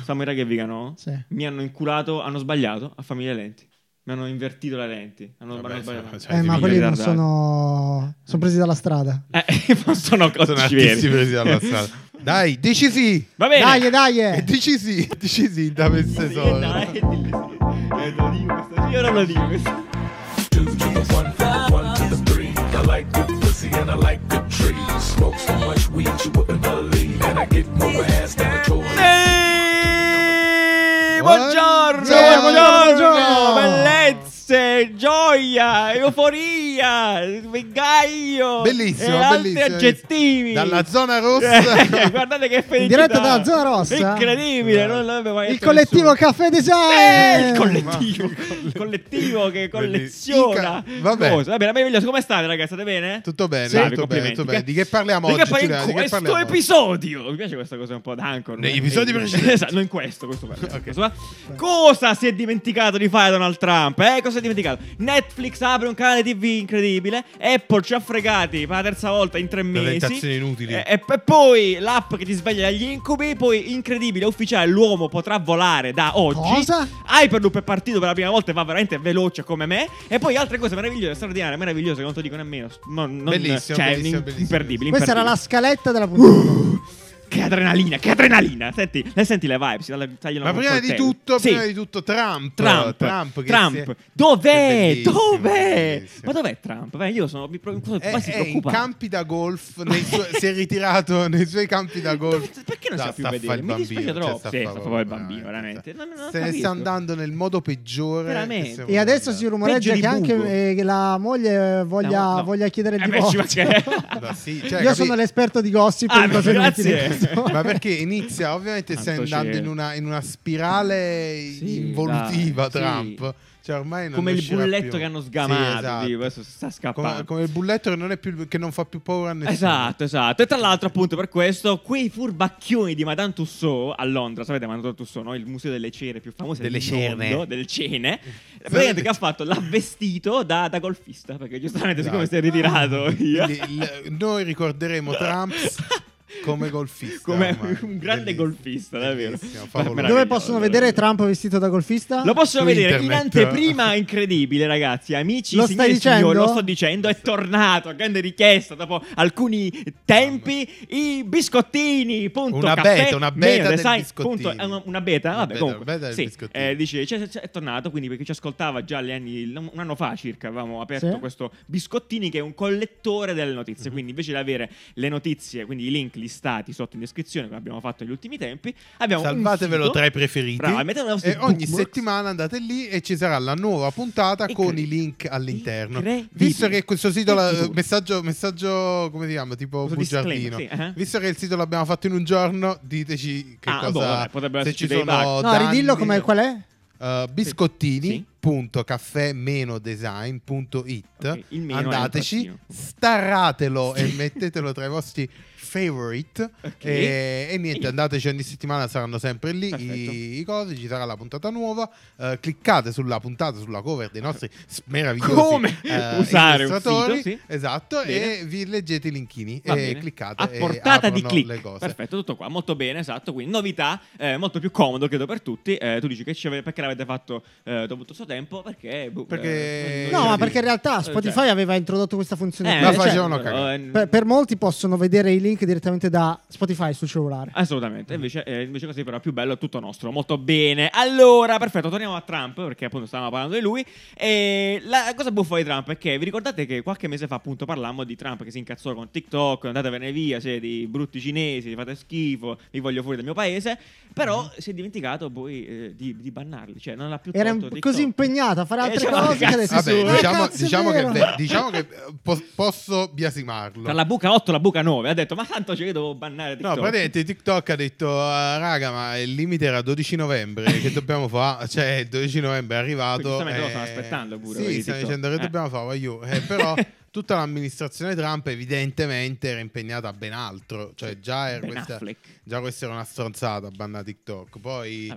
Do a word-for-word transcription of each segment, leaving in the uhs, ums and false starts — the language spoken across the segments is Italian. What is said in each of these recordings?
Samurai che Vigano, sì. mi hanno inculato, hanno sbagliato a famiglia lenti. Mi hanno invertito le lenti. Hanno Vabbè, sbagliato. cioè, Eh, ma quelli non sono... sono presi dalla strada. Eh, sono sono artisti presi dalla strada. Dai, dici sì. Va bene. Dai, dai. E dici sì, dici sì, da queste Sì, sole. dai, dilli sì. Eh, lo dico questo sì o non lo dico questo? Two to the one, from the one to the three. I like good pussy and I like good trees. Smoke so much weed you wouldn't believe, and I get more ass than a toy. Ehi, buongiorno, Buongiorno. buongiorno, Buongiorno. bellezze, gioia, euforia, vengaio, Bellissimo, e altri bellissimo. aggettivi. Dalla zona rossa. Eh, guardate che felicità. In diretta dalla zona rossa. Incredibile, non l'avevo mai Il detto collettivo nessuno. Caffè Eh, Design. il collettivo, il collettivo che colleziona Bellissimo. Vabbè. cose. Va bene, meraviglioso. Come state, ragazzi? State bene? Tutto bene, Bravi, tutto bene, complimenti. tutto bene. Di che parliamo Di oggi? che parliamo Giuliano? in Di che questo parliamo oggi? episodio? Mi piace questa cosa un po' d'anchor. Negli no? episodi Eh, precedenti. Esatto, non in questo, questo parliamo. Questo va? Cosa si è dimenticato di fare Donald Trump? Eh, cosa si è dimenticato? Netflix apre un canale T V incredibile. Apple ci ha fregati per la terza volta in tre mesi. Presentazioni inutili. E, e- e poi l'app che ti sveglia dagli incubi. Poi incredibile, ufficiale, l'uomo potrà volare da oggi. Cosa? Hyperloop è partito per la prima volta e va veramente veloce come me. E poi altre cose meravigliose, straordinarie, meravigliose che non ti dico nemmeno. Non, non, Bellissimo, cioè, bellissimo, in- bellissimo. imperdibili. Questa era la imperdibili. scaletta della puntata. Che adrenalina, che adrenalina. Senti, le senti le vibes? Tagliano Ma un prima di coltello. tutto, Sì. prima di tutto Trump. Trump, Trump, che Trump. si è- Dov'è? Bellissimo, Dov'è? bellissimo. Ma dov'è Trump? Beh, io sono mi pro- quasi È, è in preoccupato. campi da golf, nei suoi- si è ritirato nei suoi campi da golf. Perché non si No, fa più sta a vedere? fare il Mi bambino, dispiace cioè, troppo. sta a Sì, fare sta proprio proprio il bambino, veramente. Non, non Se ne capisco. sta andando nel modo peggiore. Veramente. che stiamo E adesso andando. si rumoreggia Peggio che di anche Bugo. eh, che la moglie voglia, No, no. voglia chiedere il Eh beh, ci divorzio. manca- Ma sì, cioè, Io capi- sono l'esperto di gossip. Ah, di cose grazie. inutili di questo. Ma perché inizia, ovviamente stai Tanto andando c'è. in una, in una spirale Sì, involutiva, dai, Trump. Cioè, ormai non Come il uscirà bulletto più. che hanno Sì, sgamato. esatto. tipo, adesso sta scappando. Come, come il bulletto che non, è più, che non fa più paura a nessuno. Esatto, esatto. E tra l'altro, appunto, per questo, quei furbacchioni di Madame Tussauds a Londra, sapete, Madame Tussauds, no? Il museo delle cere più famoso Delle del cene. mondo, delle cene. Praticamente che ha fatto? L'ha vestito da, da golfista, perché giustamente, siccome si è ritirato via. Quindi, il- noi ricorderemo Trump come golfista. Come ormai. un grande Bellissimo. golfista, davvero. Bellissimo, Ma- favoloso. meraviglioso. Dove possono vedere Trump vestito da golfista? Lo possono Su vedere in internet. anteprima incredibile, ragazzi. Amici, Lo signori stai e signori, dicendo? lo sto dicendo. È tornato a grande richiesta dopo alcuni tempi. I biscottini. Punto, Una caffè, beta, una beta meno del design, biscottino. punto, è una, una beta. Una Vabbè, beta, comunque. beta del sì, biscottino. eh, dice, cioè, cioè, è tornato. Quindi, per chi ci ascoltava già agli anni, un anno fa circa, avevamo aperto Sì. questo biscottini che è un collettore delle Mhm. notizie. Quindi, invece di avere le notizie, quindi i link listati sotto in descrizione, come abbiamo fatto negli ultimi tempi, abbiamo un Salvatevelo sito- tra i preferiti. Brava, mettete i nostri e ogni bookmarks. settimana andate lì e ci sarà la nuova puntata Incredibile. con i link all'interno. Incredibile. Visto che questo sito, la- Incredibile. messaggio, messaggio, come si chiama? Tipo Questo bugiardino. disclaimer, sì, eh. Visto che il sito l'abbiamo fatto in un giorno, diteci che Ah, cosa. boh, vabbè, potrebbero se esserci ci dei sono bug. No, danni. ridillo come qual è? Uh, biscottini.caffè-design.it Ok, il meno è un Andateci, trattino. starratelo e mettetelo tra i vostri favorite. Ok. E, e niente, andateci ogni settimana, saranno sempre lì Perfetto. i, i cosi, ci sarà la puntata nuova. Uh, cliccate sulla puntata, sulla cover dei nostri meravigliosi Come uh, usare un illustratori. sito, sì. Esatto, Bene. e vi leggete i linkini Va e bene. cliccate a e portata di aprono click. le cose. Perfetto, tutto qua, molto bene, esatto. Quindi novità, eh, molto più comodo credo per tutti. Eh, tu dici che ci ave- perché l'avete fatto eh, dopo tutto questo tempo? Perché, boh, Perché- eh, No, non- ma perché in realtà Eh, Spotify cioè- aveva introdotto questa funzione. Eh, La Cioè, facevano però, cagare. eh, per, per molti possono vedere i link direttamente da Spotify sul cellulare. Assolutamente, invece, eh, invece così però è più bello, è tutto nostro, molto bene. Allora, perfetto, torniamo a Trump, perché appunto stavamo parlando di lui. E la cosa buffa di Trump è che vi ricordate che qualche mese fa appunto parlammo di Trump che si incazzò con TikTok, andatevene via, siete di brutti cinesi, fate schifo, vi voglio fuori dal mio paese. Però si è dimenticato poi eh, di, di bannarli, cioè non l'ha più Era tolto un- TikTok. così impegnato a fare Eh, altre cioè, cose ma che cazzo, adesso Vabbè, Ma diciamo, cazzo, è diciamo che, vero. beh, diciamo che eh, po- posso biasimarlo. Tra la buca otto e la buca nove ha detto ma tanto ci devo bannare No, TikTok. praticamente TikTok ha detto "Ah, raga, ma il limite era dodici novembre, che dobbiamo fare?" Cioè il dodici novembre è arrivato. Giustamente lo eh, stanno aspettando pure, Sì, vedi, stanno TikTok. dicendo che Eh. dobbiamo fare, voglio. Eh, però tutta l'amministrazione Trump evidentemente era impegnata a ben altro. Cioè già, era Ben questa, Affleck. già questa era una stronzata, banna TikTok. Poi Vabbè, oh.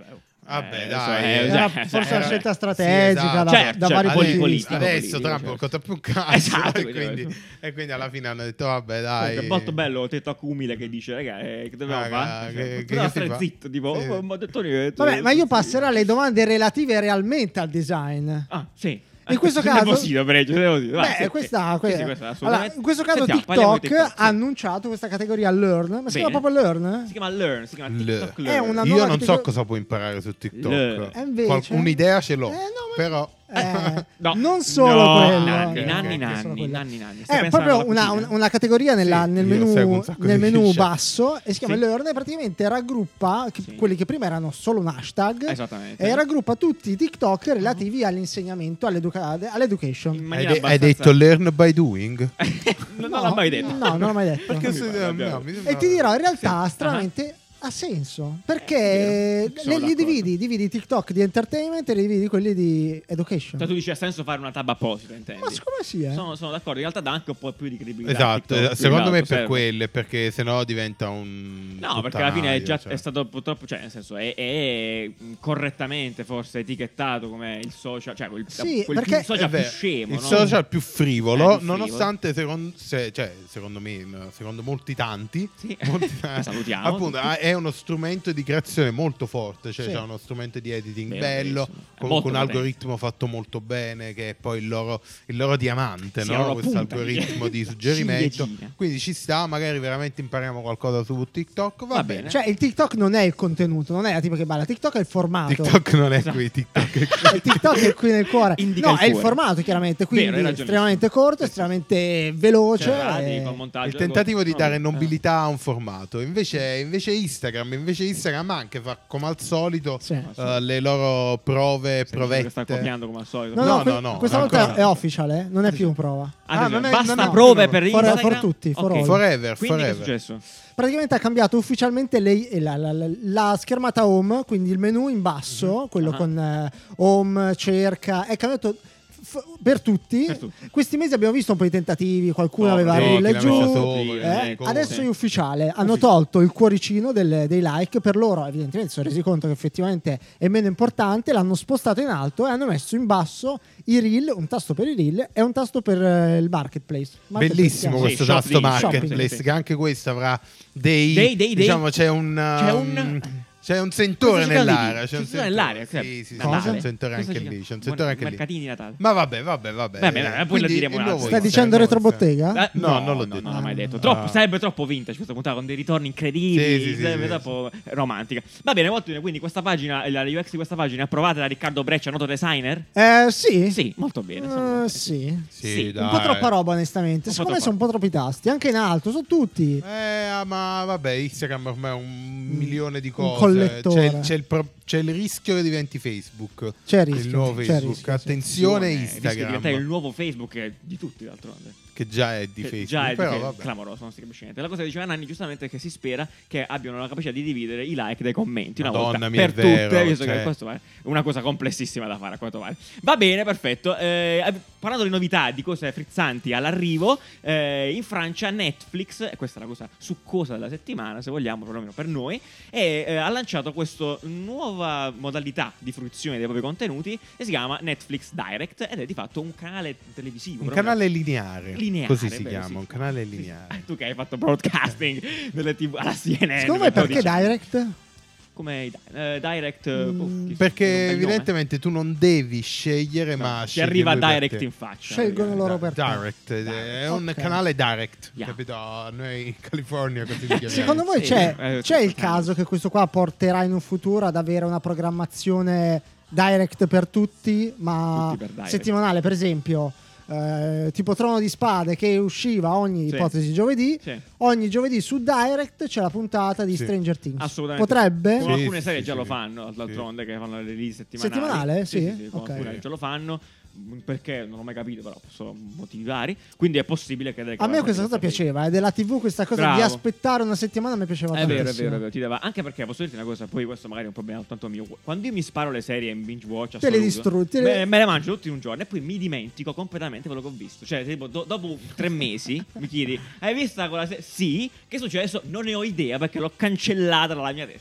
Vabbè, Eh, dai. eh, Era cioè, forse eh, una scelta sì, strategica esatto. da, Certo, da certo. vari Adesso- punti di poli- vista. politico, Adesso Trump certo. non conta più un cazzo. Esatto, e, quindi- quindi, e quindi alla fine hanno detto vabbè dai. Comunque, è molto bello TikTok umile che dice, raga, eh, che dobbiamo Raga, fare? che- Cioè, che- poteva che stare si fa? zitto, tipo, Sì. oh, mi ha detto niente. Vabbè, ma io Sì. passerò alle domande relative realmente al design. Ah, sì. In questo Sono caso- nervosito, Bregio, sono nervosito. Vai, Beh, sì, questa, sì, que- sì, questa allora, assolutamente. in questo caso Sentiamo, parliamo di TikTok, sì. ha annunciato questa categoria Learn, ma si chiama Bene. proprio Learn? Si chiama Learn, si chiama Le- TikTok È Learn. una Io nuova non so categoria- cosa puoi imparare su TikTok. Le- E invece- Qual- un'idea ce l'ho, Eh, no, ma- però Eh, No. non solo No, quello. Nanni, Ok, nanni, ok, ok, nanni, solo quello. nanni, nanni. Stai È pensando proprio alla una, cucina? una- una categoria nella- Sì, nel io seguo menu, un sacco nel di menu chef. basso e si chiama Sì. Learn e praticamente raggruppa che- Sì. quelli che prima erano solo un hashtag Esattamente. e raggruppa tutti i TikTok relativi all'insegnamento, all'educa- all'education. In hai, maniera de- hai abbastanza- detto learn by doing? non non l'ho mai detto. No, non l'ho mai detto. Perché mi se- pare, no, abbiamo- mi sembra- E ti dirò, in realtà, Sì. stranamente ha senso Eh, perché è vero. Sono le- li d'accordo. dividi, dividi i TikTok di entertainment e li dividi quelli di education. Cioè, tu dici ha senso fare una tab apposita, intendi? Ma siccome sì, eh. Sono, sono d'accordo, in realtà dà anche un po' più di credibilità. a Esatto, TikTok, esatto. più Secondo che me è altro per serve. quelle, perché sennò diventa un. No, perché alla fine è già puttanaio, è cioè. stato purtroppo, cioè nel senso è, è correttamente forse etichettato come il social, cioè quel, Sì, quel perché- il social È più vero, scemo, il no? social più frivolo, Eh, più frivolo. nonostante secondo, se- cioè, secondo me, no, secondo molti tanti, Sì. molti Che salutiamo. appunto, ah, è uno strumento di creazione molto forte, cioè Sì. c'è uno strumento di editing Vero, bello, verissimo. È comunque molto un potente. algoritmo fatto molto bene, che è poi il loro, il loro diamante, Sì, no? la loro Questo punta, algoritmo di ciliegina. suggerimento. Quindi ci sta, magari veramente impariamo qualcosa su TikTok, va, Va bene. bene. Cioè, il TikTok non è il contenuto, non è la tipo che balla. TikTok è il formato. TikTok non è Esatto. qui, TikTok è Il TikTok è qui nel cuore. Indica no, il è il cuore. formato, chiaramente. Vero, hai Quindi ragionissimo. estremamente corto, estremamente veloce. Cioè, radi, e- con montaggio, il tentativo di no, dare eh. nobilità a un formato. Invece, invece Instagram, invece Instagram anche fa come al solito Sì. eh, le loro prove, Se dici che sta provette. copiando come al solito. No, no, No, que- no, no, questa ancora volta no. è official, eh? Non è più un prova. Ah, Ah, non è- basta non è- prove no, per for- Instagram. for tutti, for Ok. all. Forever, Quindi che è forever. successo? Praticamente ha cambiato ufficialmente le- la, la- la- la schermata home, quindi il menu in basso, quello Ah. con eh, home, cerca, è cambiato f- per tutti. Per tutti. Questi mesi abbiamo visto un po' i tentativi, qualcuno Oh, aveva sì, il chi reel l'ha giù. messa sopra, eh, eh, come- adesso sì. è ufficiale, hanno tolto il cuoricino del- dei like per loro, evidentemente si sono resi conto che effettivamente è meno importante, l'hanno spostato in alto e hanno messo in basso i reel, un tasto per i reel e un tasto per eh, il marketplace. Marketplace Bellissimo si chiama. questo Sì, tasto shopping, marketplace, shopping, sì. che anche questo avrà dei, Dei- dei- dei- diciamo c'è un C'è um, un- c'è un sentore Cosa si chiama di nell'area, dire? c'è un Sentore sentore nell'area, sì, cioè, sì, sì, Natale. c'è un sentore Cosa anche si lì, chiama? c'è un Buon- sentore anche lì. mercatini di Natale. Ma vabbè, vabbè, vabbè. Vabbè, dai, poi lo Quindi diremo il un nuovo altro. Stai Instagram, dicendo il nuovo retrobottega? Eh, No, non l'ho detto. Non l'ho mai detto. Ah. Troppo, sarebbe troppo vintage questa puntata con dei ritorni incredibili. Sì, sì, sì, sarebbe sì, troppo romantica. Va bene, molto bene. Quindi questa pagina, la U X di questa pagina è approvata da Riccardo Breccia, noto designer? Eh, sì. Sì, molto bene. Eh, insomma. sì. Sì, Sì, dai. Un po' troppa roba, onestamente. Un po' Secondo me troppa. sono un po' troppi tasti. Anche in alto, sono tutti. Eh, ma vabbè, Instagram ormai è un milione di Un cose. collettore. C'è, c'è il pro- c'è il rischio che diventi Facebook. C'è il Il rischio, nuovo c'è Facebook. rischio, sì. Attenzione, Rischia di diventare il Instagram. nuovo Facebook è di tutti, d'altronde. Che già è di Che Facebook. già è di però Facebook, vabbè. clamoroso, non si capisce niente. La cosa che diceva Nanni giustamente è che si spera che abbiano la capacità di dividere i like dai commenti una Madonna volta mia, per è vero, tutte, visto cioè. che questo è una cosa complessissima da fare a quanto pare. Va bene, perfetto. Eh, parlando di novità, di cose frizzanti all'arrivo, eh, in Francia Netflix, e questa è la cosa succosa della settimana, se vogliamo, perlomeno per noi, è, eh, ha lanciato questa nuova modalità di fruizione dei propri contenuti e si chiama Netflix Direct ed è di fatto un canale televisivo. Un proprio. canale lineare. Lineare, Così si vero, chiama, sì. un canale Sì, lineare. sì. Tu che hai fatto broadcasting delle tivù alla C N N. Secondo me per perché dodici anni. Direct? Come i- eh, Direct eh, Mm, boh, chi- non Perché bel nome. evidentemente tu non devi scegliere, No, ma ti sceglie arriva lui per Direct te. in faccia. Scelgono loro per te. Direct, eh, è un Ok. canale direct, Yeah. capito? Noi in California così li chiamiamo. Secondo voi Sì, c'è, eh, c'è il sì. caso che questo qua porterà in un futuro ad avere una programmazione direct per tutti, ma Tutti per direct. settimanale, per esempio, eh, tipo Trono di Spade che usciva ogni Sì. ipotesi giovedì, Sì. ogni giovedì su Direct c'è la puntata di Sì. Stranger Things. Assolutamente. Potrebbe? Con Sì, alcune sì, serie sì, già sì. lo fanno, d'altronde, che fanno le release settimanali. Settimanale? Sì, Sì? sì, sì, con Ok. alcune già lo fanno. Perché non ho mai capito, però sono motivi vari. Quindi è possibile che A me questa cosa piaceva, e della tivù questa cosa Bravo. di aspettare una settimana mi piaceva È vero, è tantissimo. vero, è vero, ti dava. Anche perché posso dirti una cosa, poi questo magari è un problema tanto mio. Quando io mi sparo le serie in binge watch Te le assoluto, distruggi, te le- me, me le mangio tutti in un giorno e poi mi dimentico completamente quello che ho visto. Cioè, tipo, do- dopo tre mesi mi chiedi, hai visto quella serie? Sì, che è successo? Non ne ho idea perché l'ho cancellata dalla mia testa.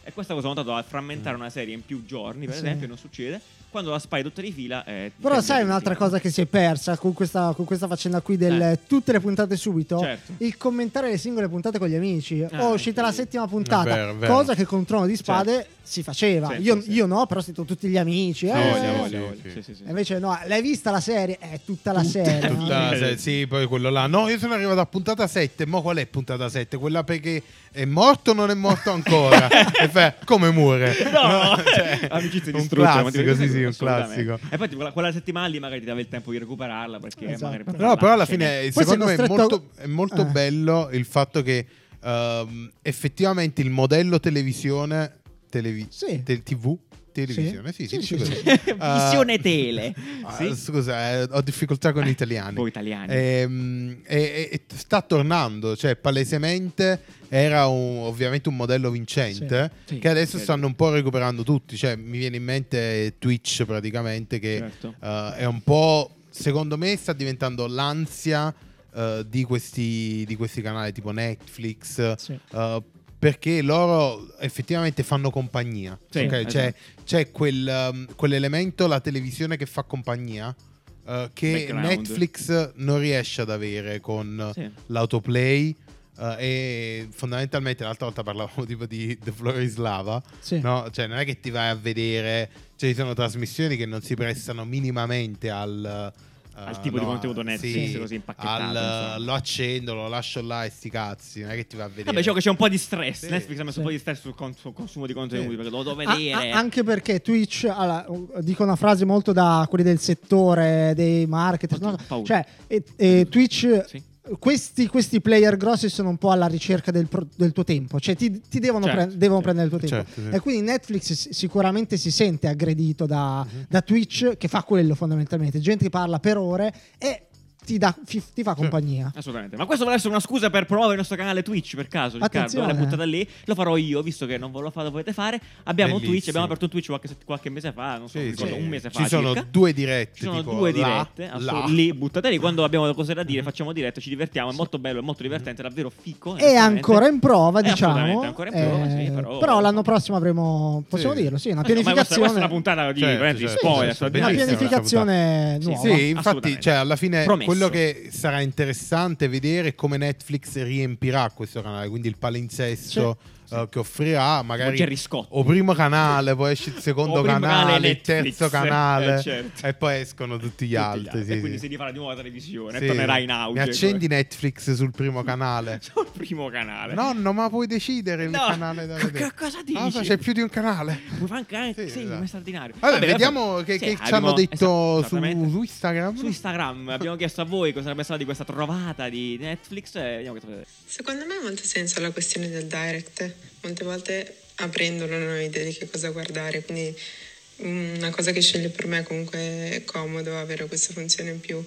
E questa cosa ho notato a frammentare una serie in più giorni, per Sì. esempio, non succede. Quando la spari tutte di fila. Eh, Però tende sai a un'altra divertirti. cosa che si è persa con questa, con questa faccenda qui del Eh. tutte le puntate subito? Certo. Il commentare le singole puntate con gli amici. Ah, oh, è uscita sì. la settima puntata, È vero, è vero. cosa che con Trono di Spade Certo. si faceva. Sì, io, sì, sì. io no, però sento tutti gli amici. eh. Voglia, sì, voglia, sì, voglia. sì. Sì, sì, sì. E invece no, l'hai vista la serie? È tutta la serie. no? Tutta la Eh. serie, sì, poi quello là. No, io sono arrivato a puntata sette. Mo qual è puntata sette? Quella perché è morto o non è morto ancora? E fa, come muore? No, Cioè, amicizie un distrutte, ma classico, ti- sì, sì, un assolutamente. classico. E poi tipo, quella, quella settimana lì magari ti dava il tempo di recuperarla perché Esatto. magari per No, però alla parlarcene. fine Poi secondo sei me è costretto- molto, è molto Eh. bello il fatto che ehm, effettivamente il modello televisione televi- Sì. te- tv televisione sì, Sì, sì, sì, dice sì. così. Visione Eh, tele. ah, Sì? scusa, eh, ho difficoltà con gli italiani. Voi italiani. Ehm, E, e- e sta tornando, cioè palesemente era un- ovviamente un modello vincente Sì. Sì, che adesso sì. stanno un po' recuperando tutti, cioè mi viene in mente Twitch praticamente che Certo. eh, è un po', secondo me sta diventando l'ansia eh, di, questi, di questi canali tipo Netflix, Sì. eh, perché loro effettivamente fanno compagnia. Sì, ok? esatto. C'è, c'è quel, um, quell'elemento, la televisione che fa compagnia, uh, che Background. Netflix non riesce ad avere con Sì. l'autoplay. uh, e fondamentalmente l'altra volta parlavamo tipo di The Floor is Lava, Sì. no? Cioè non è che ti vai a vedere, cioè ci sono trasmissioni che non si prestano minimamente al Al tipo di contenuto Netflix, così impacchettato, al, insomma. lo accendo, lo lascio là e sti cazzi, non è che ti va a vedere. Vabbè, diciamo che c'è un po' di stress. Sì. Netflix ha messo Sì. un po' di stress sul, con- sul consumo di contenuti Sì. perché lo devo A- vedere. a- anche perché Twitch, allora, dico una frase molto da quelli del settore dei marketer, Ho no? paura. Cioè e- e Twitch, Sì. questi, questi player grossi sono un po' alla ricerca del, pro- del tuo tempo, cioè ti, ti devono, Certo, pre- devono certo. prendere il tuo tempo. Certo, sì. E quindi Netflix s- sicuramente si sente aggredito da, Mhm. da Twitch, che fa quello fondamentalmente, gente che parla per ore e ti, dà, fi- ti fa compagnia. Assolutamente. Ma questo vuole essere una scusa per promuovere il nostro canale Twitch, per caso, Riccardo? Attenzione. L'hai buttata lì. Lo farò io, visto che non ve lo fate, potete fare. Abbiamo un Bellissimo. Twitch, abbiamo aperto un Twitch qualche, set- qualche mese fa, non so, Sì, ricordo, sì. un mese fa Ci sono circa. due dirette. Ci sono tipo due là, dirette, là. assolut- lì buttate lì. Quando abbiamo cose da dire, facciamo dirette, ci divertiamo. È molto bello, è molto divertente, davvero fico. È ancora in prova, Eh, diciamo. assolutamente, ancora in prova, sì, Eh, però- però l'anno prossimo avremo, possiamo Sì. dirlo, sì, una Ma questa, pianificazione. questa è una puntata di, Certo, veramente di certo, spoiler. certo, straordinaria. Una bellissima pianificazione Sì, nuova. sì. Sì, infatti, assolutamente. cioè, alla fine Promesso. quello che sarà interessante vedere è come Netflix riempirà questo canale, quindi il palinsesto eh, che offrirà magari Gerry Scott. o primo canale, poi esce il secondo O primo canale, canale il Netflix, terzo canale eh, certo. e poi escono tutti gli Tutti altri. gli sì, E quindi sì. si rifarà di nuovo la televisione Sì. e tornerà in auge. Mi accendi Netflix sul primo canale? sul primo canale. Nonno, ma puoi decidere il No, canale da co- vedere? che cosa dici? Ah, c'è più di un canale. Puoi fare anche, anche Sì, sì, esatto. è straordinario. Vabbè, Vabbè, vediamo vabbè. che, Sì, che ci abbiamo- hanno detto esatto, su, esattamente. su Instagram. Su Instagram abbiamo chiesto a voi cosa ne pensate di questa trovata di Netflix e vediamo che cosa. Secondo me ha molto senso la questione del direct. Molte volte aprendolo non ho idea di che cosa guardare, quindi mm, una cosa che sceglie per me comunque è comodo avere questa funzione in più.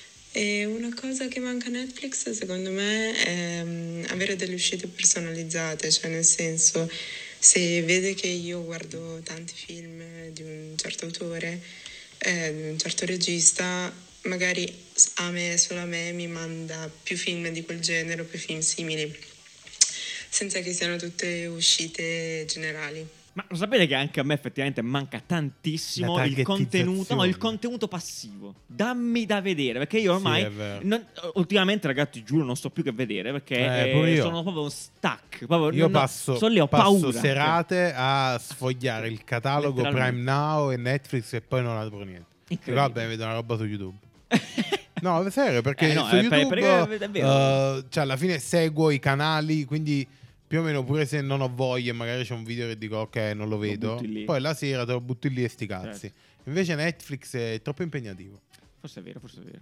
E una cosa che manca a Netflix secondo me è mm, avere delle uscite personalizzate, cioè nel senso se vede che io guardo tanti film di un certo autore, eh, di un certo regista, magari a me, solo a me, mi manda più film di quel genere o più film simili, senza che siano tutte uscite generali. Ma lo sapete che anche a me effettivamente manca tantissimo La il contenuto, no, targetizzazione. il contenuto passivo. Dammi da vedere, perché io ormai Sì, è vero. non- ultimamente ragazzi, giuro, non so più che vedere perché Eh, eh, pure io. sono proprio stuck. Proprio, Io non- passo, sono lì, ho passo paura. serate a sfogliare il catalogo Letteralmente. Prime Now e Netflix e poi non apro niente. Dico, Incredibile. vabbè, vedo una roba su YouTube. No, è serio, perché Eh, no, su è per- YouTube perché è vero. eh, cioè alla fine seguo i canali, quindi più o meno pure se non ho voglia e magari c'è un video che dico ok, non lo vedo, butti lì. poi la sera te lo butti lì e sti cazzi. Certo. Invece Netflix è troppo impegnativo. Forse è vero, forse è vero.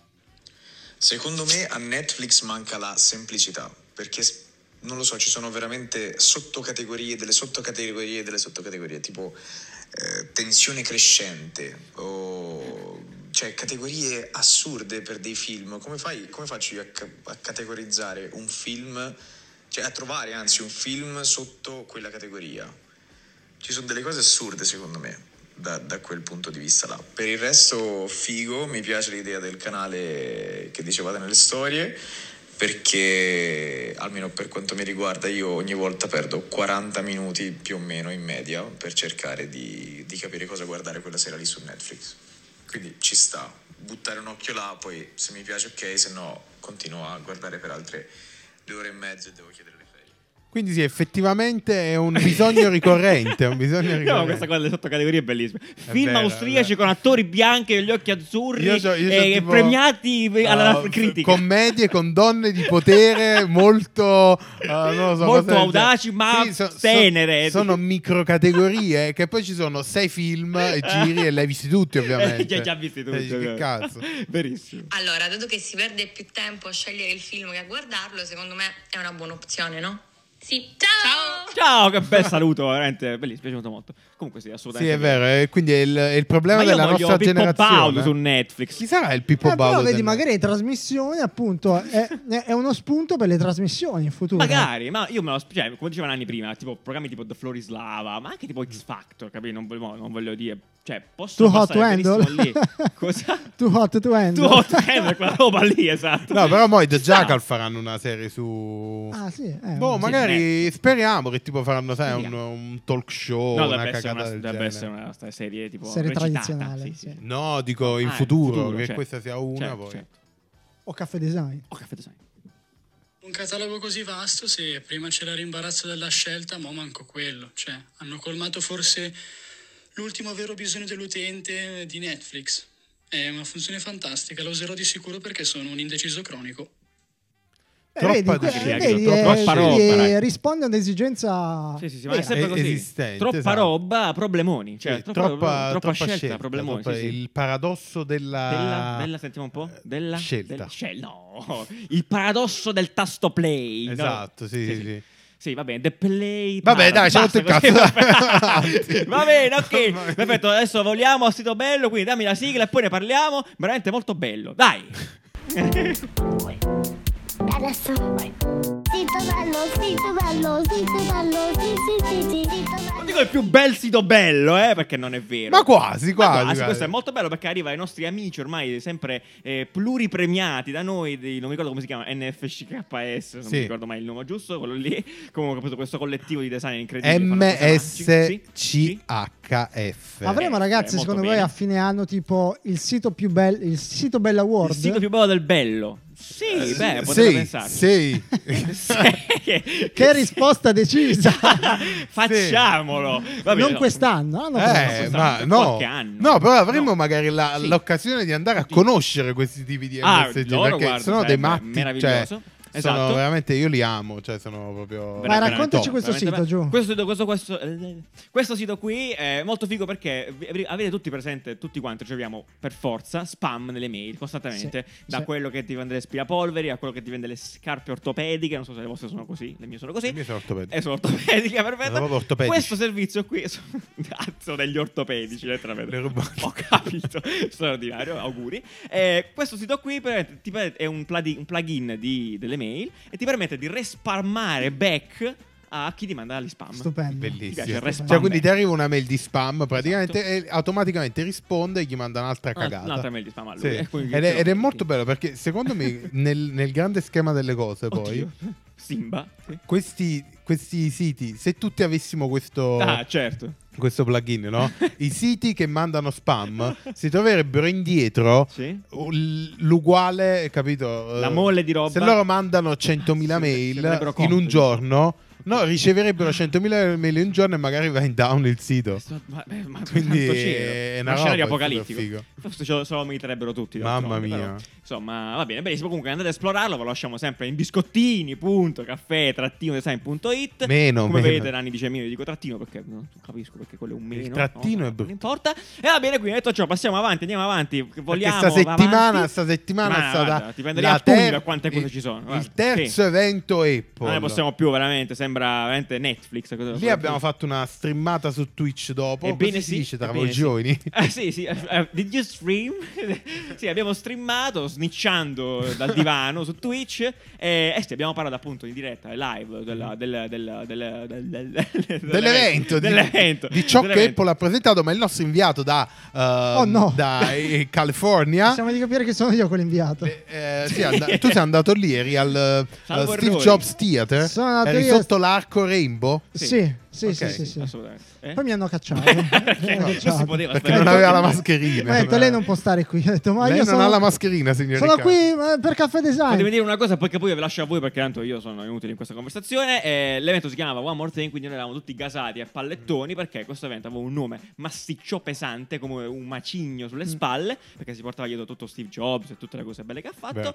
Secondo me a Netflix manca la semplicità, perché s- non lo so, ci sono veramente sottocategorie, delle sottocategorie, delle sottocategorie, tipo eh, tensione crescente o cioè categorie assurde per dei film. Come fai, come faccio io a, ca- a categorizzare un film, cioè a trovare anzi un film sotto quella categoria? Ci sono delle cose assurde secondo me da, da quel punto di vista là. Per il resto figo, mi piace l'idea del canale che dicevate nelle storie, perché almeno per quanto mi riguarda io ogni volta perdo quaranta minuti più o meno in media per cercare di, di capire cosa guardare quella sera lì su Netflix. Quindi ci sta, buttare un occhio là, poi se mi piace ok, se no continuo a guardare per altre due ore e mezzo e devo chiedere le ferie. Quindi sì, effettivamente è un bisogno ricorrente, è un bisogno ricorrente. No, questa cosa delle sottocategorie è bellissima. Film vero, austriaci con attori bianchi e gli occhi azzurri Io c'ho- io c'ho e tipo- premiati alla Uh, critica. Commedie con donne di potere molto uh, non lo so, Molto cose del audaci, genere. ma so- so- tenere. sono microcategorie che poi ci sono sei film e giri e li hai visti tutti ovviamente. Eh, li hai già visti tutti, Eh, che ovviamente. cazzo. Verissimo. Allora, dato che si perde più tempo a scegliere il film che a guardarlo, secondo me è una buona opzione, no? Sì. Ciao! Ciao, che bel saluto, veramente bellissimo, mi è piaciuto molto. Comunque sì, Sì, assolutamente. è vero, e quindi è il, è il problema Ma io della voglio nostra Pippo generazione. Baudo su Netflix. Chi sarà il Pippo Eh, Baudo? però vedi, del- magari le trasmissioni, appunto, è, è uno spunto per le trasmissioni in futuro. Magari, ma io me lo cioè, come dicevano anni prima, tipo programmi tipo The Florislava, ma anche tipo X Factor, capito? Non, voglio- non voglio dire, cioè, possono Too hot to passare handle? benissimo lì. Cosa? Too hot to handle. Tu hot to handle, quella roba lì, esatto. No, però mo i The Ci sta. Jackal faranno una serie su... Ah, sì. Eh, Boh, sì, magari speriamo che tipo faranno, sai, un, Speriamo. un talk show, No, una dovrebbe essere cagata una, del dovrebbe genere. essere una sta- serie tipo Serie recitata, tradizionale, sì, sì. sì. No, dico in Ah, futuro, che certo. questa sia una Certo, poi. certo. O caffè design. Oh, caffè design. Un catalogo così vasto, se prima c'era l'imbarazzo della scelta, mo manco quello. Cioè, hanno colmato forse l'ultimo vero bisogno dell'utente di Netflix. È una funzione fantastica, la userò di sicuro perché sono un indeciso cronico. Eh, Troppa vedi, que- difficoltà, vedi, troppa eh, roba, quindi, dai. risponde a un'esigenza Sì, sì, sì, ma è vera. sempre Es- così. esistente, Troppa esatto. roba, problemoni. Cioè, Sì, troppa, troppa, troppa troppa scelta, problemoni. troppa- sì, sì. Il paradosso della... Della, della, sentiamo un po'? Della scelta. Della, scel- no, il paradosso del tasto play. no? Esatto, sì, sì, sì. Sì, va bene, the play. Vabbè, dai, Basta, c'è rotto il così, cazzo. vabbè. Va bene, ok. Mamma mia. Perfetto, adesso voliamo a sito bello, quindi dammi la sigla e poi ne parliamo. Veramente molto bello. Dai. Adesso sito bello, sito bello, sito bello, sì sì sì sì, sito Non bello. dico il più bel sito bello, eh, perché non è vero. Ma quasi, Ma quasi. quasi, quasi. questo è molto bello perché arriva ai nostri amici ormai sempre eh, pluripremiati da noi, dei- non mi ricordo come si chiama, N F C K S, non Sì. mi ricordo mai il nome giusto, quello lì. Comunque appunto questo collettivo di design incredibile. fanno M cose S magiche. C Sì, H F. Avremo, Eh, ragazzi, eh, secondo molto voi bene. a fine anno tipo il sito più bello, il sito Bell sì. Award? Il sito più bello del bello. Sì, Eh, beh, potete sì, pensarci. sì. Sì. Che risposta decisa! Facciamolo. Va bene, Non no. quest'anno, l'anno Eh, prossimo. ma per no, qualche anno. no, però avremmo No. magari la- Sì. l'occasione di andare a Sì. conoscere questi tipi di Ah, M S G loro, perché guarda, sono dei sarebbe matti, cioè, meraviglioso. sono Esatto. veramente, io li amo, cioè sono proprio... Vai, Veramente raccontaci top, questo veramente sito, bello. giù. Questo sito, questo, questo, eh, questo sito qui è molto figo perché vi- avete tutti presente, tutti quanti riceviamo per forza spam nelle mail costantemente, Sì, da sì. quello che ti vende le aspirapolveri a quello che ti vende le scarpe ortopediche, non so se le vostre sono così, le mie sono così. Le mie sono ortopediche. E sono ortopediche, Sono perfetto. proprio ortopedici. Questo servizio qui sono cazzo degli ortopedici, letteralmente. Le rubo- Ho capito, straordinario, auguri. Eh, questo sito qui praticamente ti per- è un, plugin- un plugin di- delle mail e ti permette di risparmare back a chi ti manda gli spam. Stupendo. Mi piace Bellissimo. il respam Cioè, quindi back. ti arriva una mail di spam praticamente e automaticamente risponde e gli manda un'altra Ah, cagata. un'altra mail di spam a lui. Sì. E quindi- Ed, è, ed è molto bello perché secondo me nel, nel grande schema delle cose poi Oddio. Simba. Sì. questi, questi siti, se tutti avessimo questo, Ah, certo. questo plugin, no? I siti che mandano spam si troverebbero indietro Sì. l- l'uguale, capito? La mole di roba. Se loro mandano centomila Sì, si mail renderebbero in conto un di- giorno, no, riceverebbero centomila mail in un giorno e magari va in down il sito. Ma, beh, ma Quindi tanto è cielo. una Un scenario roba, è apocalittico. super figo. Forse ce lo, se lo meriterebbero tutti. Mamma d'altronde, mia. però, insomma, va bene, benissimo. Comunque andate a esplorarlo. Ve lo lasciamo sempre in biscottini. Punto, caffè, trattino design punto it. Meno, Come meno. vedete, Nanni dice meno, io dico trattino perché non capisco perché quello è un meno. Il trattino no, è brutto. Non importa. E va bene, quindi detto ciò, passiamo avanti, andiamo avanti. Vogliamo. Perché sta settimana, avanti. sta settimana Ma è stata guarda, ti prenderei la a pugni ter- da quante cose ci sono. il Guarda. terzo Sì. evento Apple. Non ne possiamo più, veramente. Sembra sembra veramente Netflix. Cosa Lì abbiamo fatto una streamata su Twitch dopo. Ebbene Così si sì, dice tra ebbene voi giovani. Sì. Eh, sì, sì. Uh, did you stream? Sì, abbiamo streamato snicciando dal divano su Twitch. E eh sì, abbiamo parlato appunto in diretta, live della, del, del, del, del, del, dell'evento, dell'evento di, di ciò dell'evento. che Apple ha presentato. Ma il nostro inviato da, uh, oh no. da eh, California. Possiamo di capire che sono io quell'inviato. Eh, eh, sì, and- tu sei andato lì, eri al uh, Steve errori. Jobs Theater. Sono andato Eri lì sotto a- l'arco Rainbow. Sì, sì, sì, Ok, sì, sì, sì. Assolutamente. Eh? Poi mi hanno cacciato. Mi hanno Non cacciato. si poteva Perché stare non lì. aveva la mascherina. Mi ha detto lei non può stare qui. Ho detto, ma Lei io non sono, ha la mascherina, signor sono Riccardo. qui ma per caffè design. Fatemi dire una cosa, poi che poi ve lascio a voi perché tanto io sono inutile in questa conversazione. Eh, l'evento si chiamava One More Thing, quindi noi eravamo tutti gasati a pallettoni perché questo evento aveva un nome massiccio, pesante, come un macigno sulle spalle, perché si portava dietro tutto Steve Jobs e tutte le cose belle che ha fatto.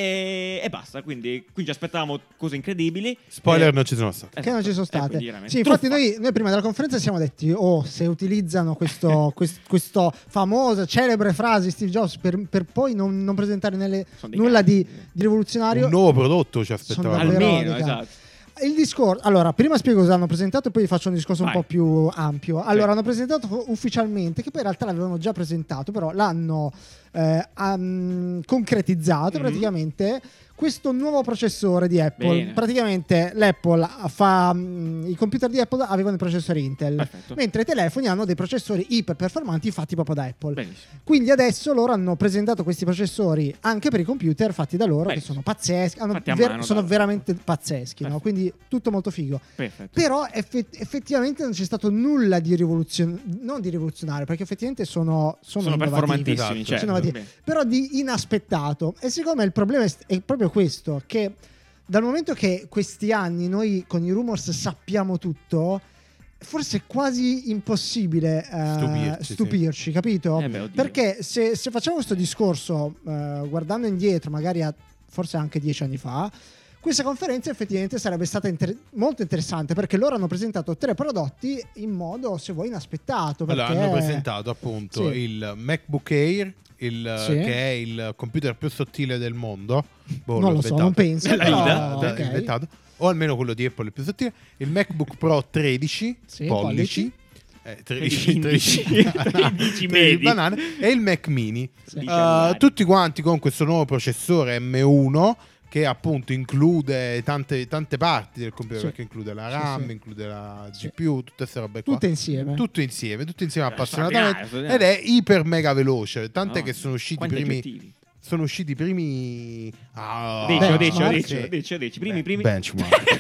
E, e basta, quindi qui ci aspettavamo cose incredibili. Spoiler, Eh, non ci sono stati. Che non ci sono Eh, state. quindi veramente Sì, infatti truffa. noi, noi prima della conferenza ci siamo detti, oh, se utilizzano questo, quest- questo famoso, celebre frase di Steve Jobs per, per poi non, non presentare nelle, Sono dei nulla cazzi. di, di rivoluzionario. Un nuovo prodotto ci Sono aspettavamo. davvero Almeno, dei cazzi. esatto. Il discorso, allora, prima spiego cosa hanno presentato e poi faccio un discorso Vai. un po' più ampio. Allora, Sì. hanno presentato ufficialmente, che poi in realtà l'avevano già presentato, però l'hanno eh, um, concretizzato Mhm. praticamente questo nuovo processore di Apple. Bene. Praticamente l'Apple fa mh, i computer di Apple avevano i processori Intel, Perfetto. mentre i telefoni hanno dei processori iper performanti fatti proprio da Apple. Benissimo. Quindi adesso loro hanno presentato questi processori anche per i computer fatti da loro, Benissimo. che sono pazzeschi, hanno Fatti a ver- mano, sono dai. veramente pazzeschi, no? Perfetto. Quindi tutto molto figo. Perfetto. Però effe- effettivamente non c'è stato nulla di rivoluzionario, non di rivoluzionario, perché effettivamente sono, sono, Sono innovativi. performantissimi, Esatto. certo. Sono innovativi. Bene. Però di inaspettato. E secondo me il problema è, st- è proprio questo, che dal momento che questi anni noi con i rumors sappiamo tutto, forse è quasi impossibile eh, Stupirci, stupirci, sì. capito? Eh beh, oddio. Perché se, se facciamo questo discorso eh, guardando indietro, magari a forse anche dieci anni fa, questa conferenza effettivamente sarebbe stata inter- molto interessante, perché loro hanno presentato tre prodotti in modo, se vuoi, inaspettato. Allora, perché- hanno presentato appunto Sì. il MacBook Air, il, Sì. che è il computer più sottile del mondo. Boh, Non l'ho lo so, inventato. non penso, Nella però, vita, Da- ok. inventato. O almeno quello di Apple il più sottile. Il MacBook Pro tredici Sì, pollici. pollici. Eh, tredici, tredici, tredici, tredici medi. banane, e il Mac mini. Sì. Uh, Cellulari. tutti quanti con questo nuovo processore M uno che appunto include tante, tante parti del computer, Sì. perché include la Sì, RAM, sì. include la Sì. G P U, tutte queste robe qua. Tutte insieme. Tutto insieme, tutto insieme Eh, appassionatamente, straordinario, ed è iper mega veloce, tant'è No, che sono usciti i quanti primi aggettivi? sono usciti i primi ah, Dicio, dicio, Benchmark. dicio, sì. dicio, dici, primi, Beh, primi. benchmark.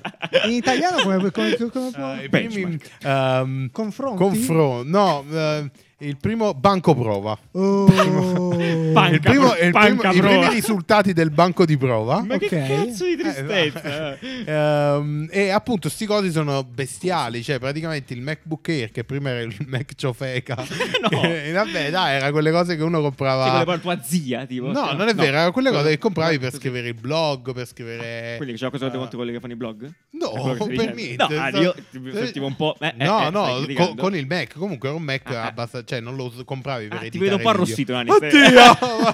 In italiano come, come, come può? Uh, i primi Benchmark. ehm, Confronti? confron- no, eh, il primo banco prova. Oh. Panca il primo, pro- il panca primo- I prova. primi risultati del banco di prova. Ma Ok. che cazzo di tristezza. Ehm, e appunto sti cosi sono bestiali, cioè praticamente il MacBook Air, che prima era il Mac ciofeca. No. E vabbè, dai, era quelle cose che uno comprava. Sì, quelle per tua zia, tipo. No, non è vero, erano quelle cose che compravi per Così. scrivere il blog, per scrivere Quelli che c'è cosa eh, conto quelli che fanno i blog? No, È quello che stai per dicendo? niente. No, ah, io mi sentivo un po'. eh, eh, no, eh, no, stai co- criticando? con il Mac. Comunque era un Mac Ah, ah. abbastanza. Cioè, non lo s- compravi per Ah, ti editare vedo un po' video. arrossito, Nani. Oddio!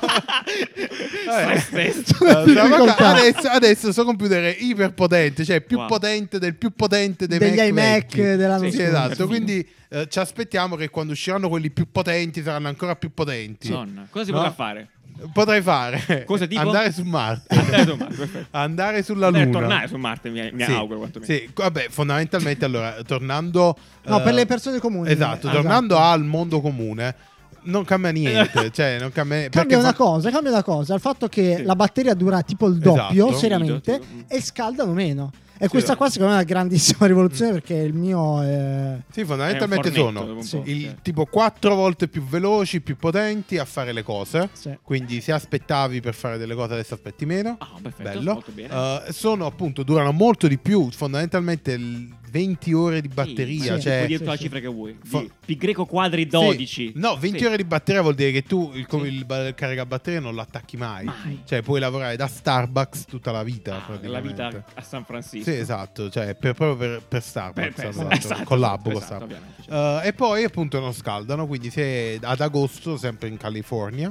Stress test. Eh, Difficoltà. adesso, adesso sto computer è iper potente, cioè più Wow. potente del più potente dei Degli Mac iMac vecchi. dell'anno Sì, scorso. esatto. Perfino. Quindi eh, ci aspettiamo che quando usciranno quelli più potenti saranno ancora più potenti. Madonna, cosa si No? potrà fare? Potrei fare Cosa tipo? andare su Marte, Andare su Marte, perfetto. andare sulla Deve Luna, tornare su Marte, mi, mi Sì, auguro quantomeno. sì, vabbè, fondamentalmente allora tornando No, eh, per le persone comuni. esatto, Eh, tornando esatto. al mondo comune non cambia niente, cioè non cambia, Cambia perché una fa- cosa, cambia una cosa, il fatto che Sì. la batteria dura tipo il doppio, Esatto. seriamente, Sì, tipo, mm. e scaldano meno. E Sì, questa va. qua secondo me è una grandissima rivoluzione, perché il mio è... Sì, fondamentalmente È un fornetto, sono dopo un Sì. po', il sì. tipo quattro volte più veloci, più potenti a fare le cose. Sì. Quindi se aspettavi per fare delle cose adesso aspetti meno. Ah, perfetto, Bello. molto bene. Eh, sono appunto durano molto di più, fondamentalmente il venti ore di batteria, sì. cioè Puoi dire tutta la sì, cifra che vuoi. Fo- Di pi greco quadri Sì. dodici. No, venti Sì. ore di batteria vuol dire che tu il, Sì. il, ba- il caricabatterie non l'attacchi mai. Mai. Cioè puoi lavorare da Starbucks tutta la vita. Ah, la praticamente. vita a San Francisco. Sì, esatto, cioè per, proprio per, per Starbucks. Per- per- tra l'altro, esatto, collabo con esatto, Starbucks. ovviamente, certo. Eh, e poi appunto non scaldano, quindi se ad agosto, sempre in California,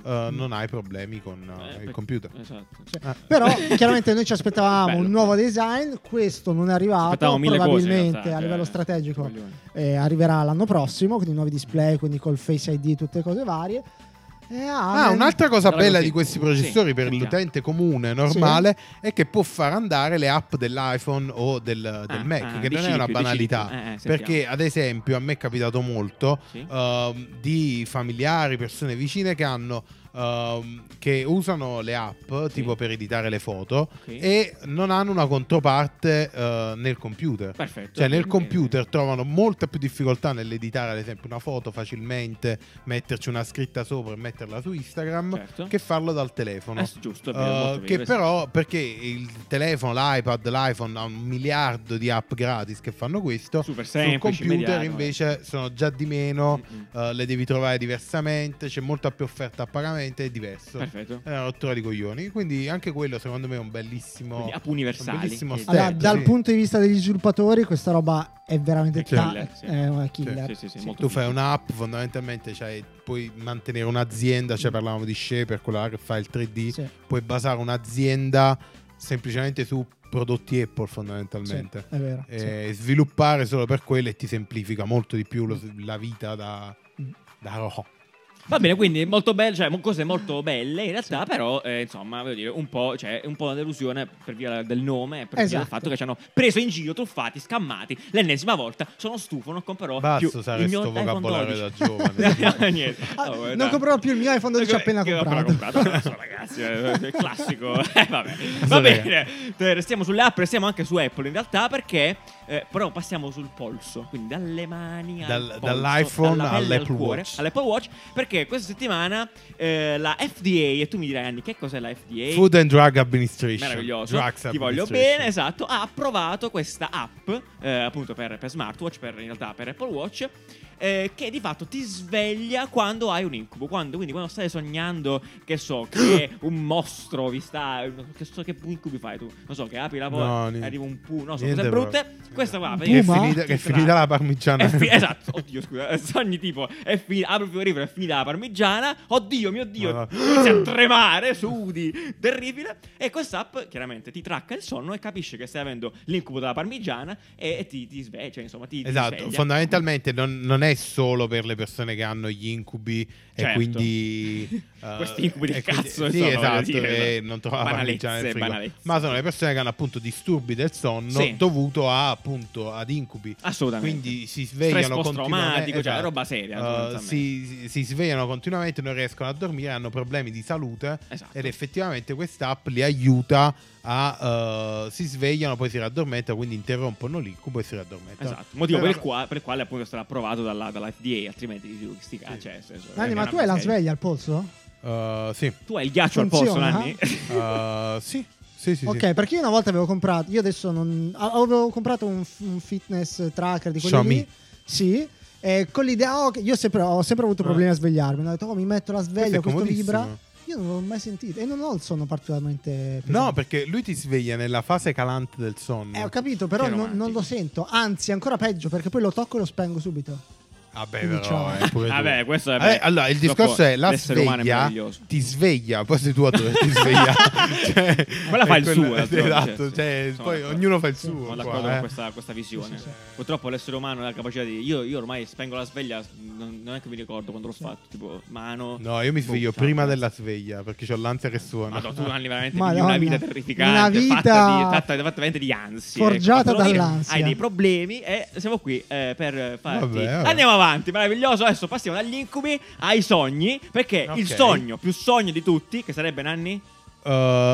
uh, non hai problemi con uh, Eh, il computer. Esatto. Ah. Però chiaramente noi ci aspettavamo Bello. un nuovo design, questo non è arrivato, Aspettavamo mille cose, in probabilmente realtà, a cioè, livello strategico coglioni. eh, arriverà l'anno prossimo, quindi nuovi display, quindi col Face I D, tutte cose varie. Eh, Ah, men- un'altra cosa Sarà bella così. di questi processori Sì, per sentiamo. l'utente comune normale è che può far andare le app dell'iPhone o del, del Ah, Mac, ah, che di non è una chip, di banalità. chip. Eh, eh, sentiamo. Perché, ad esempio, a me è capitato molto Sì. ehm, di familiari, persone vicine che hanno ehm, che usano le app Sì. tipo per editare le foto Ok. e non hanno una controparte eh, nel computer. Perfetto. Cioè nel Quindi- computer trovano molta più difficoltà nell'editare ad esempio una foto facilmente, metterci una scritta sopra e metterla su Instagram, Certo. che farlo dal telefono. Eh, giusto, è vero, Uh, molto vero, che questo. però perché il telefono, l'iPad, l'iPhone ha un miliardo di app gratis che fanno questo. Super Sul semplice, computer immediato. invece sono già di meno, Mm-mm. uh, le devi trovare diversamente, c'è molta più offerta a pagamento, è diverso. Perfetto. È una rottura di coglioni. Quindi anche quello secondo me è un bellissimo, Quindi app un universali. bellissimo Sì. step. Allora, dal sì. punto di vista degli sviluppatori, questa roba è veramente È ta- killer, sì. è una killer. Sì, sì, sì, Sì. molto Tu fai figo. un'app, fondamentalmente cioè, puoi mantenere un'azienda, cioè parlavamo di Shaper, quella che fa il tre D, Sì. puoi basare un'azienda semplicemente su prodotti Apple fondamentalmente. Sì, è vero, E sviluppare solo per quello e ti semplifica molto di più lo- la vita da, da rojo. Va bene, quindi molto bello, cioè mo- cose molto belle in realtà, però eh, insomma, voglio dire, un po', cioè, un po' una delusione per via del nome e per via del Esatto. fatto che ci hanno preso in giro, truffati, scammati l'ennesima volta. Sono stufo, non comprerò Basta più usare il mio sto iPhone vocabolario dodici. da giovane. Niente. Ah, No, non dai. comprerò più il mio iPhone dodici appena Che ho comprato. comprato. Non so, ragazzi, è il classico. Eh, vabbè. Va So bene. Eh, Restiamo sulle app, restiamo anche su Apple in realtà perché eh, però passiamo sul polso, quindi dalle mani al Dal- polso, dall'iPhone dalla pelle al all'Apple cuore, Watch. all'Apple Watch, perché questa settimana eh, la F D A, e tu mi dirai Anni che cos'è la F D A? Food and Drug Administration. Meraviglioso, Drugs ti voglio Administration. bene, esatto. Ha approvato questa app eh, appunto per, per smartwatch, per, in realtà per Apple Watch, eh, che di fatto ti sveglia quando hai un incubo. Quando, quindi quando stai sognando, che so, che un mostro vi sta. Che so che incubi fai tu? Non so, che apri la porta, No, niente. arriva un pu, non so, Niente cose brutte. proprio. Questa qua, Che è Puma? finita, che è ti finita tratta. la parmigiana. È fi- esatto, oddio scusa, sogni tipo è fi- apro il frigorifero, è finita la parmigiana, oddio mio dio, No, no. inizia a tremare, sudi, terribile. E quest'app chiaramente ti tracca il sonno e capisce che stai avendo l'incubo della parmigiana e, e ti, ti sveglia, cioè, insomma ti, ti Esatto, sveglia. fondamentalmente non, non è solo per le persone che hanno gli incubi Certo. e quindi eh, Questi incubi del e quindi- cazzo, sì, insomma, voglio esatto, dire, e non trovano la banalezze, parmigiana nel frigo. banalezze. Ma sono le persone che hanno appunto disturbi del sonno Sì. dovuto a appunto ad incubi. Assolutamente. Quindi si Stress svegliano post-traumatico, continuamente, cioè, esatto. roba seria, Eh, sostanzialmente. si, si- si svegliano continuamente, non riescono a dormire, hanno problemi di salute Esatto. ed effettivamente quest'app li aiuta a eh, si svegliano, poi si raddormentano, quindi interrompono l'incubo e si raddormentano. Esatto, motivo per Però- il, qua- per il quale appunto sarà approvato dalla, dalla F D A, altrimenti dici sti cazzi, cioè, nel senso, Nanni, è ma una tu hai la cosa seria. sveglia al polso? Eh, sì. Tu hai il ghiaccio al polso, Funziona? Nanni? Eh, sì. Sì, sì, Ok, sì. perché io una volta avevo comprato, io adesso non a- avevo comprato un, f- un fitness tracker di quelli Xiaomi. lì. Sì. E con l'idea, oh, che io sempre, ho sempre avuto problemi a svegliarmi. Ho detto, oh, mi metto la sveglia, Questo è questo vibra. comodissimo. Io non l'ho mai sentito e non ho il sonno particolarmente pesante. No, perché lui ti sveglia nella fase calante del sonno. Eh, ho capito, però Che non, romantico. non lo sento. Anzi, ancora peggio, perché poi lo tocco e lo spengo subito. Vabbè, Quindi però, ciao. è pure tu. Vabbè, questo è Eh, allora, il purtroppo discorso è la l'essere umano è sveglia meraviglioso. ti sveglia, poi sei tu a doverti svegliare. Cioè, Quella fa è il quella- suo, d'altronde, esatto, sì, cioè, sono poi d'accordo. ognuno fa il Sono suo. d'accordo qua, con eh. questa, questa visione. Sì, sì, sì. Purtroppo l'essere umano ha la capacità di. Io, io ormai spengo la sveglia, non, non è che mi ricordo quando l'ho fatto. Tipo, mano. No, io mi sveglio Boh, prima ciao, della sveglia perché ho l'ansia che suona. Madonna, tu Nanni, veramente Madonna. vivi una vita terrificante, Una vita fatta, di, fatta, fatta veramente di ansie. forgiata ecco. Fatelo dire, dall'ansia. Hai dei problemi e siamo qui eh, per farti. Vabbè, vabbè. Andiamo avanti, meraviglioso. Adesso passiamo dagli incubi ai sogni. Perché il Ok. sogno più sogno di tutti, che sarebbe Nanni? Uh,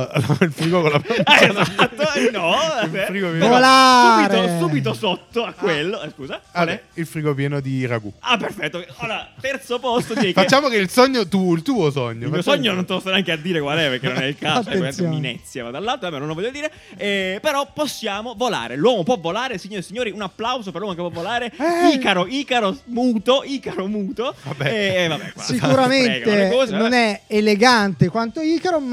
il frigo con la Ah, esatto, no, vabbè. frigo Però Volare. subito, subito sotto a quello. eh, scusa, qual Allora, è? il frigo pieno di ragù. Ah, perfetto. Allora, terzo posto. Direi che Facciamo che il sogno tu, il tuo sogno. il mio Facciamo- sogno non te lo sto neanche a dire qual è, perché non è il caso, è veramente Attenzione. un'inezia. Ma dall'altro, vabbè, non lo voglio dire. Eh, però possiamo volare. L'uomo può volare, signore e signori. Un applauso per l'uomo che può volare. Eh. Icaro, Icaro muto, Icaro muto. Vabbè. Eh, vabbè, qua- fregano le Sicuramente cose, non vabbè. è elegante quanto Icaro, ma è una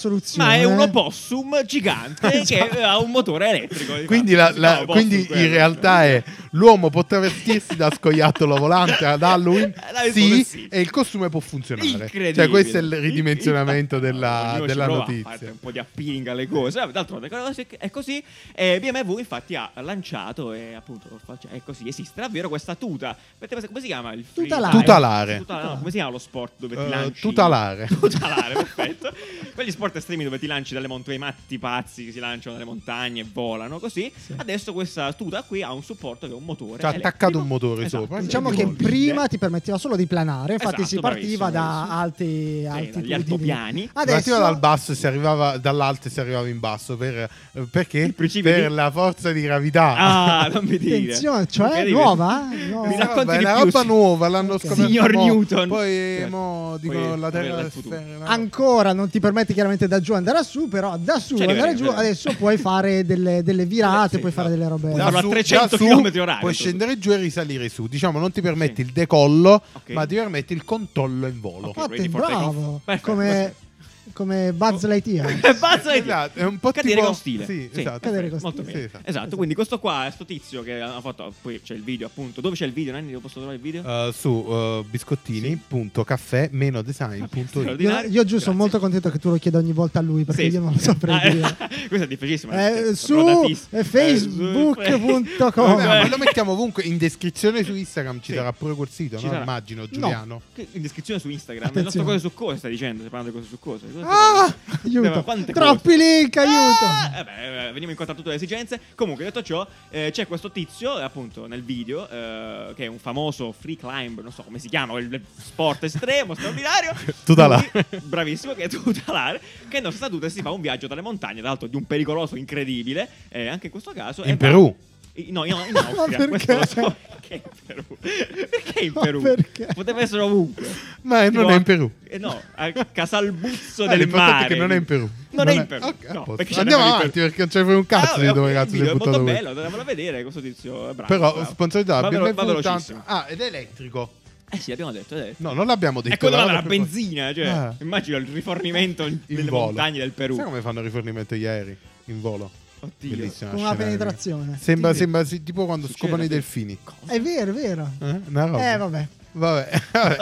soluzione. Ma è un opossum gigante che ha un motore elettrico. Quindi, la, la, quindi in realtà è l'uomo può travestirsi da scoiattolo volante ad Halloween, Eh, sì, sì. e il costume può funzionare. Incredibile. Cioè questo è il ridimensionamento della, Ognuno ci della prova a notizia. fare un po' di appealing alle cose. Vabbè, d'altronde è così. E B M W infatti ha lanciato e appunto è così, esiste davvero questa tuta. Come si chiama il free- Tutalare. Tutalare. Tutala- no, come si chiama lo sport dove ti Uh, lanci? tutalare. Tutalare, perfetto. Quegli sport estremi dove ti lanci dalle montagne, matti pazzi che si lanciano dalle montagne e volano così. Sì. Adesso questa tuta qui ha un supporto che è un motore. C'ha elettrico. attaccato un motore Esatto. sopra. Diciamo Sì, che sì. prima ti permetteva solo di planare, infatti Esatto, si partiva bravissimo, da bravissimo. alti Sì, altitudini. dagli altopiani. Si partiva Adesso dal basso e si arrivava dall'alto e si arrivava in basso per, eh, perché? Il principio Per di- la forza di gravità. Ah, non mi dire. attenzione, cioè Incredibile. nuova? Nuova. Mi Eh, racconti vabbè, di è una più, roba sì. nuova, l'hanno Ok. scoperto Signor mo. Newton. Poi Certo. mo, dicono Poi la terra quella è del futuro. sfera. Ancora non ti permette chiaramente da giù andare a su, però da su Ci andare arriveremo, giù ci adesso puoi fare delle, delle virate, Sì, puoi fare no. delle robe. Puoi farlo a su- trecento da su chilometri orari. Puoi Tutto. scendere giù e risalire su. Diciamo, non ti permette Sì. il decollo, Ok. ma ti permette il controllo in volo. Ok. Ah, Ready te, for take-off. bravo, Perfetto. come, come Buzz Lightyear. Basta di- Esatto, è un po' cadere tipo con stile. Sì, Sì, esatto. cadere con Molto stile. bene. Sì, esatto. Esatto, quindi questo qua è sto tizio che ha fatto. Poi c'è il video, appunto. Dove c'è il video? Nanni, dove posso trovare il video? Uh, su uh, biscottini punto caffè meno design punto it. Io, Straordinario. io giù sono Grazie. molto contento che tu lo chieda ogni volta a lui perché Sì. io non lo saprei Ah, dire. Questo è difficilissimo. Eh, su rodatissimo. eh, facebook punto com. Vabbè, ma lo mettiamo ovunque in descrizione su Instagram, ci Sì. sarà pure quel sito, Ci no? sarà. Immagino, No. Giuliano. Che- In descrizione su Instagram. Attenzione. Le nostre cose su cose stai dicendo? Stai parlando di cose su cose? Cosa stai Ah! parlando? Aiuto. Beh, quante Troppi cose? link, aiuto. Ah, eh beh, eh, veniamo incontro a tutte le esigenze. Comunque, detto ciò, eh, c'è questo tizio, eh, appunto, nel video, eh, che è un famoso free climb, non so come si chiama, il sport estremo, straordinario. Tutalare. Lui, bravissimo, che è tutalare, che indossa sta tuta e si fa un viaggio dalle montagne, tra l'altro di un pericoloso incredibile, eh, anche in questo caso. In e Perù. va- I- No, in, in Austria, Ma questo lo perché? so. Perché in Perù? Perché in Ma Perù? perché? Poteva essere ovunque. Ma non Tipo è a- in Perù. Eh no, a Casalbuzzo Ah, del l'importante mare. è che non è in Perù. Non, è in Perù. Ok, a no, posto. perché c'è Andiamo da fare in avanti Perù. perché non c'è un cazzo Ah, di vabbè, dove ok, cazzo il si è video è buttato molto lui. bello, andatevelo a vedere questo tizio è bravo. Però bravo. sponsorizzato Va da velo- B M va W tanto... velocissimo. Ah, ed è elettrico. Eh sì, l'abbiamo detto, è No, non l'abbiamo detto. È quello la della roba più- benzina, cioè, Ah. immagino il rifornimento in, In nelle volo. montagne del Perù. Sai come fanno il rifornimento gli aerei? In volo. Oddio. Bellissima Con una scena, penetrazione. Sembra, Sì. sembra sì, tipo quando Succede scopano i davvero. delfini. È vero, è vero. Eh? Una roba. Eh, vabbè. Vabbè. vabbè.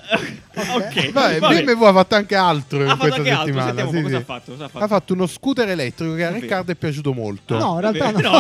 Eh, ok, Vabbè, vabbè. B M W ha fatto anche altro Ha in fatto questa anche altro, settimana. sentiamo un sì, po' cosa sì. ha fatto, cosa ha fatto. Ha fatto uno scooter elettrico che a Davvero? Riccardo è piaciuto molto. No, in realtà no.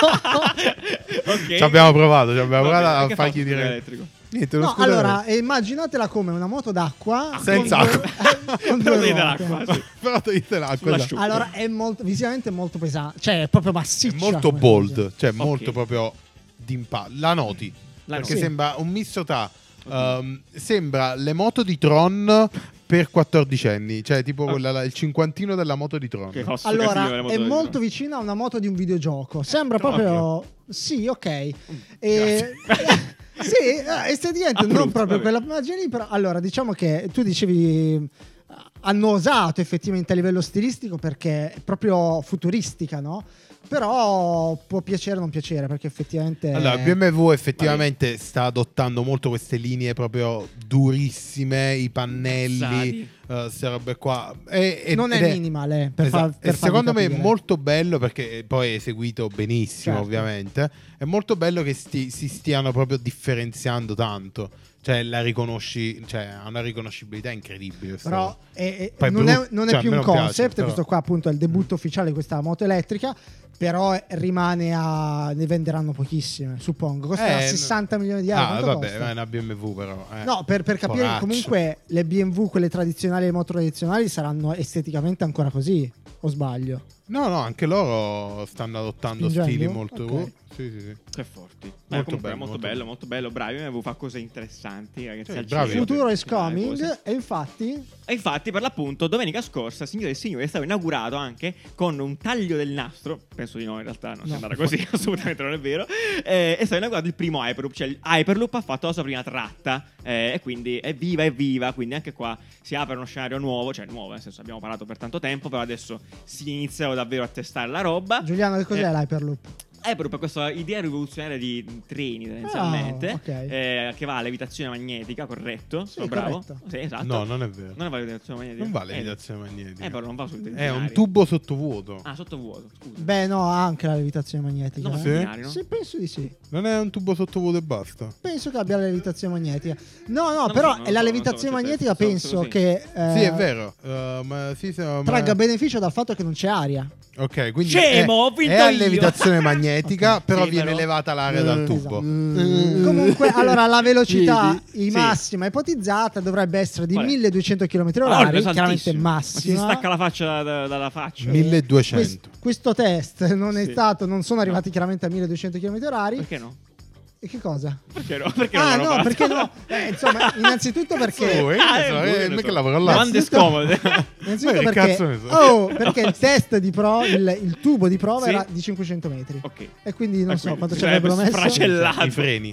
Ok. Ci abbiamo provato, ci abbiamo Va bene, provato che a fa fargli un dire elettrico? niente, uno No, scooter allora, eh, immaginatela come una moto d'acqua Senza con due- acqua. con due Però dei ruote. dell'acqua, sì. però togliete l'acqua. esatto. Sull'asciutto. Allora è molto visivamente molto pesante, cioè è proprio È massiccia. molto come bold, cosa. cioè Ok. molto proprio d'impatto. La noti. La perché noti. sembra un misto tra ehm, sembra le moto di Tron per quattordicenni, cioè tipo Ah. quella là, il cinquantino della moto di Tron. Che fosse casino Allora, delle moto è di- molto vicina a una moto di un videogioco. Sembra Proprio? proprio. Sì, ok. E... sì, eh, esteticamente Approved, non proprio vabbè. quella immagine lì, però allora diciamo che tu dicevi eh, hanno osato effettivamente a livello stilistico perché è proprio futuristica, no? Però può piacere o non piacere perché effettivamente Allora, B M W effettivamente sta adottando molto queste linee proprio durissime, i pannelli, Pezzati. uh, queste robe qua. E- e- non ed è minimale per Esatto. far- per e farvi secondo me è capire. molto bello perché poi è eseguito benissimo, Certo. ovviamente. È molto bello che sti- si stiano proprio differenziando tanto. Cioè, la riconosci, cioè, ha una riconoscibilità incredibile. questa Però cosa. è- è- Poi non, brutto, è, non è cioè, più a un me non piace, concept, però. questo qua appunto è il debutto ufficiale di questa moto elettrica, però è- rimane a... ne venderanno pochissime, suppongo. Costerà Eh, sessanta milioni di euro. Ah, quanto vabbè, costa? è una B M W però. eh. No, per, per capire Poraccio. comunque le B M W, quelle tradizionali, le moto tradizionali saranno esteticamente ancora così, o sbaglio? No, no, anche loro stanno adottando Spingendo? stili molto... Ok. Sì, sì, sì. Che forti. Eh, Molto comunque, bello, molto molto bello, molto bello. Bravi, M V fa cose interessanti, ragazzi. Sì, al bravi. cinema. Futuro is Sì, varie cose. coming e infatti E infatti, per l'appunto, domenica scorsa, signore e signori, è stato inaugurato anche con un taglio del nastro. Penso di no, in realtà non No. è andata così, assolutamente non è vero. Eh, è stato inaugurato il primo Hyperloop, cioè il Hyperloop ha fatto la sua prima tratta. eh, e quindi è viva, è viva. Quindi anche qua si apre uno scenario nuovo, cioè nuovo, nel senso abbiamo parlato per tanto tempo, però adesso si iniziano davvero a testare la roba. Giuliano, che cos'è Eh, l'Hyperloop? Hyperloop è questa idea rivoluzionaria di treni tendenzialmente, Ah, ok. eh, che va a levitazione magnetica, corretto? Sì, Sono bravo? corretto. Sì, esatto. No, non è vero. Non va a levitazione magnetica? Non va Eh, levitazione magnetica. Eh, però non va sul È binario. un tubo sottovuoto. Ah, sottovuoto, scusa. Beh, no, ha anche la levitazione magnetica. No, eh. sul Sì? binario, no? Sì, penso di sì. Non è un tubo sottovuoto e basta. Penso che abbia la levitazione magnetica. No, no, Non però so, non la so, levitazione non so, magnetica so, so, penso so, sì. che eh, Sì, è vero. Uh, ma sì, sì, ma- tragga beneficio dal fatto che non c'è aria. Ok, quindi Scemo, ho è, vinto è a io. levitazione magnetica, Ok. però Sì, viene però- elevata l'aria dal tubo. Mm. Comunque, allora la velocità Vedi? i Sì. massima ipotizzata dovrebbe essere di Qual è? milleduecento chilometri Ah, orari, è chiaramente altissimo. Ma massima. si stacca la faccia da- dalla faccia. milleduecento. Quest- questo test non è Sì. stato, non sono arrivati chiaramente a milleduecento chilometri orari. Perché no? E che cosa? Perché no? Perché ah, non l'hanno no, fatto? perché no? Eh, insomma, innanzitutto perché. Solo, eh, Ah, che è so, buono, eh, lo mica so. lavoro là. Domande Innanzitutto- scomode. Innanzitutto Ma che perché, cazzo ne so? oh, perché il test di pro, il, il tubo di prova Sì? era di cinquecento metri. Ok. E quindi non E so quindi quanto ci sarebbe avrebbero messo. sfracellato. I freni.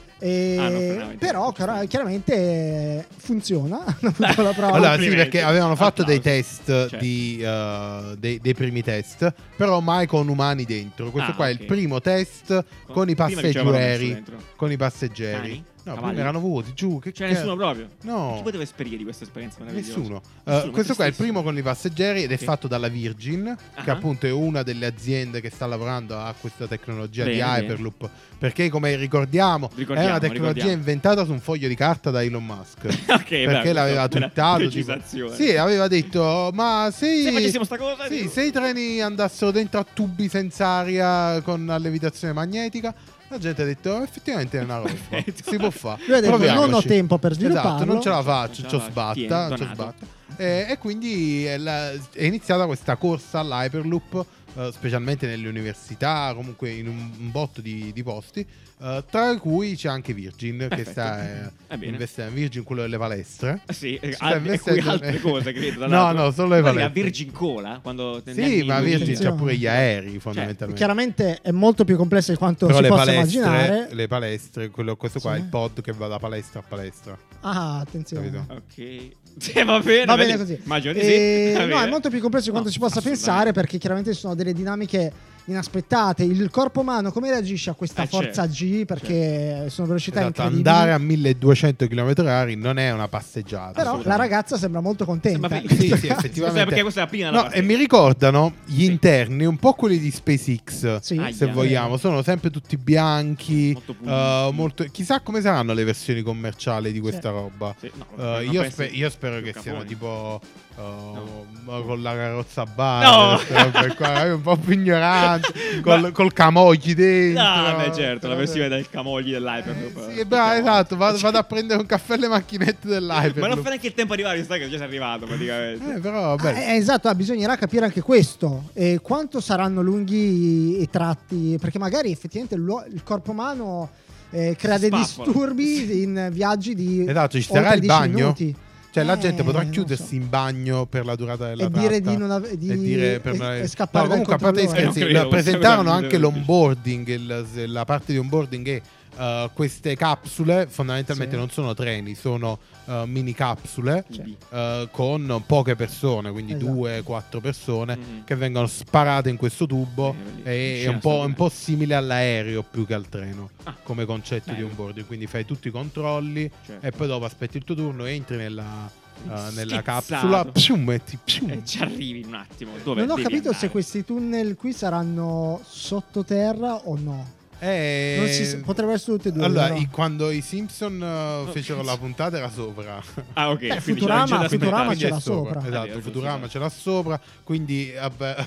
E- Ah, no, frenava, però giusto. chiara- chiaramente eh, funziona. Hanno fatto la prova. Allora, sì, Complimenti. perché avevano fatto dei Applausi. test, Certo. di, uh, dei, dei primi test, però mai con umani dentro. Questo Ah, qua è ok. il primo test con i Prima che ci avevano messo passeggeri. dentro. Con i passeggeri. Cani? No, Cavalli? prima erano vuoti, giù. Che Cioè, che- nessuno proprio. No. Chi poteva esperire di questa esperienza meravigliosa? Nessuno. Uh, Nessuno, questo te qua è il stesso. primo con i passeggeri ed è Ok. fatto dalla Virgin, che Ah. appunto è una delle aziende che sta lavorando a questa tecnologia Bene, di bene. Hyperloop. Perché, come ricordiamo, Ricordiamo, è una tecnologia ricordiamo. inventata su un foglio di carta da Elon Musk. Ok, perché beh, l'aveva questa è una twittato. Tipo, precisazione. sì, aveva detto: Ma se, Se facessimo sta cosa, sì, dico- se i treni andassero dentro a tubi senza aria con la levitazione magnetica. La gente ha detto: effettivamente è una roba. Perfetto. Si può fare. Lui ha detto, Proviamoci. non ho tempo per svilupparlo. Esatto, non ce la faccio, Non ce ci la faccio. Tieni, sbatta, ci donato. sbatta. E, e quindi è, la- è iniziata questa corsa all'Hyperloop, eh, specialmente nelle università, comunque in un, un botto di, di posti, eh, tra cui c'è anche Virgin, che Perfetto. sta eh, Va bene. investendo. Virgin, quello delle palestre. Eh Sì, e, Si sta al- e investendo- qui altre cose, credo. tra No, l'altro. no, solo le Poi la palestre. Virgin Cola, quando negli Sì, anni ma duemila. Virgin c'ha pure gli aerei, Cioè, fondamentalmente. Chiaramente è molto più complessa di quanto Però si le possa palestre, immaginare. le palestre, quello- questo qua Sì. è il pod che va da palestra a palestra. Ah, attenzione. Capito? Ok. Sì, va bene. Va vedi? bene così. Immagino di E- sì. Va no, bene. è molto più complesso di quanto No, si possa assolutamente. pensare, perché chiaramente ci sono delle dinamiche inaspettate. Il corpo umano come reagisce a questa Eh, forza certo. G? Perché sono velocità Esatto, incredibili. andare a milleduecento chilometri orari non è una passeggiata. Però la assolutamente. ragazza sembra molto contenta. Sembra felice. Sì, sì, Cos'è, effettivamente. perché questa è la prima No, la e mi ricordano gli interni un po' quelli di SpaceX, Sì. Aia. se vogliamo. Sono sempre tutti bianchi. Molto puliti. eh, molto- Chissà come saranno le versioni commerciali di questa Sì. roba. Sì, no, Eh, non io, penso- spe- io spero più che caponi. siano tipo eh, No. con la carrozza bar, No. queste robe qua, un po' più ignoranti, col, Ma- col camogli dentro. Ah, beh, certo, la versione del camogli dell'Hyperloop. Sì, bravo, esatto. Vado, vado a prendere un caffè alle macchinette dell'Hyperloop. Ma non fa neanche il tempo di arrivare, sai che già sei arrivato praticamente. Eh, però, vabbè. Ah, eh, esatto, ah, bisognerà capire anche questo. E quanto saranno lunghi i tratti? Perché magari effettivamente l'uo- il corpo umano eh, crea Si dei spappola. disturbi in viaggi di Esatto, ci oltre sarà il dieci bagno? minuti. Cioè, la Eh, gente potrà non chiudersi so. in bagno per la durata della E tratta dire di non ave- di- e dire per e- non- e scappare No, dal comunque, a parte gli controllore. scherzi, Eh, non credo, la- presentarono questa anche cosa non l'onboarding, il- la parte di onboarding è uh, queste capsule fondamentalmente Sì. non sono treni, sono uh, mini capsule Cioè. uh, con poche persone, quindi Esatto. due, quattro persone Mhm. che vengono sparate in questo tubo. Eh, e sì, è un po', un po' assolutamente. simile all'aereo più che al treno Ah, come concetto di bello. onboarding, quindi fai tutti i controlli Certo. e poi dopo aspetti il tuo turno, entri nella, uh, nella Schizzato. capsula, pshum, e ti pshum. E ci arrivi in un attimo. Dove Non ho devi capito andare. se questi tunnel qui saranno sottoterra o no. Eh, Non si sa- potrebbero essere tutte e due. allora, però. i- quando i Simpson uh, fecero cazzo. la puntata era sopra. Ah, ok. Beh, quindi Futurama- c'era già da Futurama aspettare. Quindi è c'era sopra. È Esatto, vero, Futurama giusto, ce l'ha sopra. Quindi, vabbè,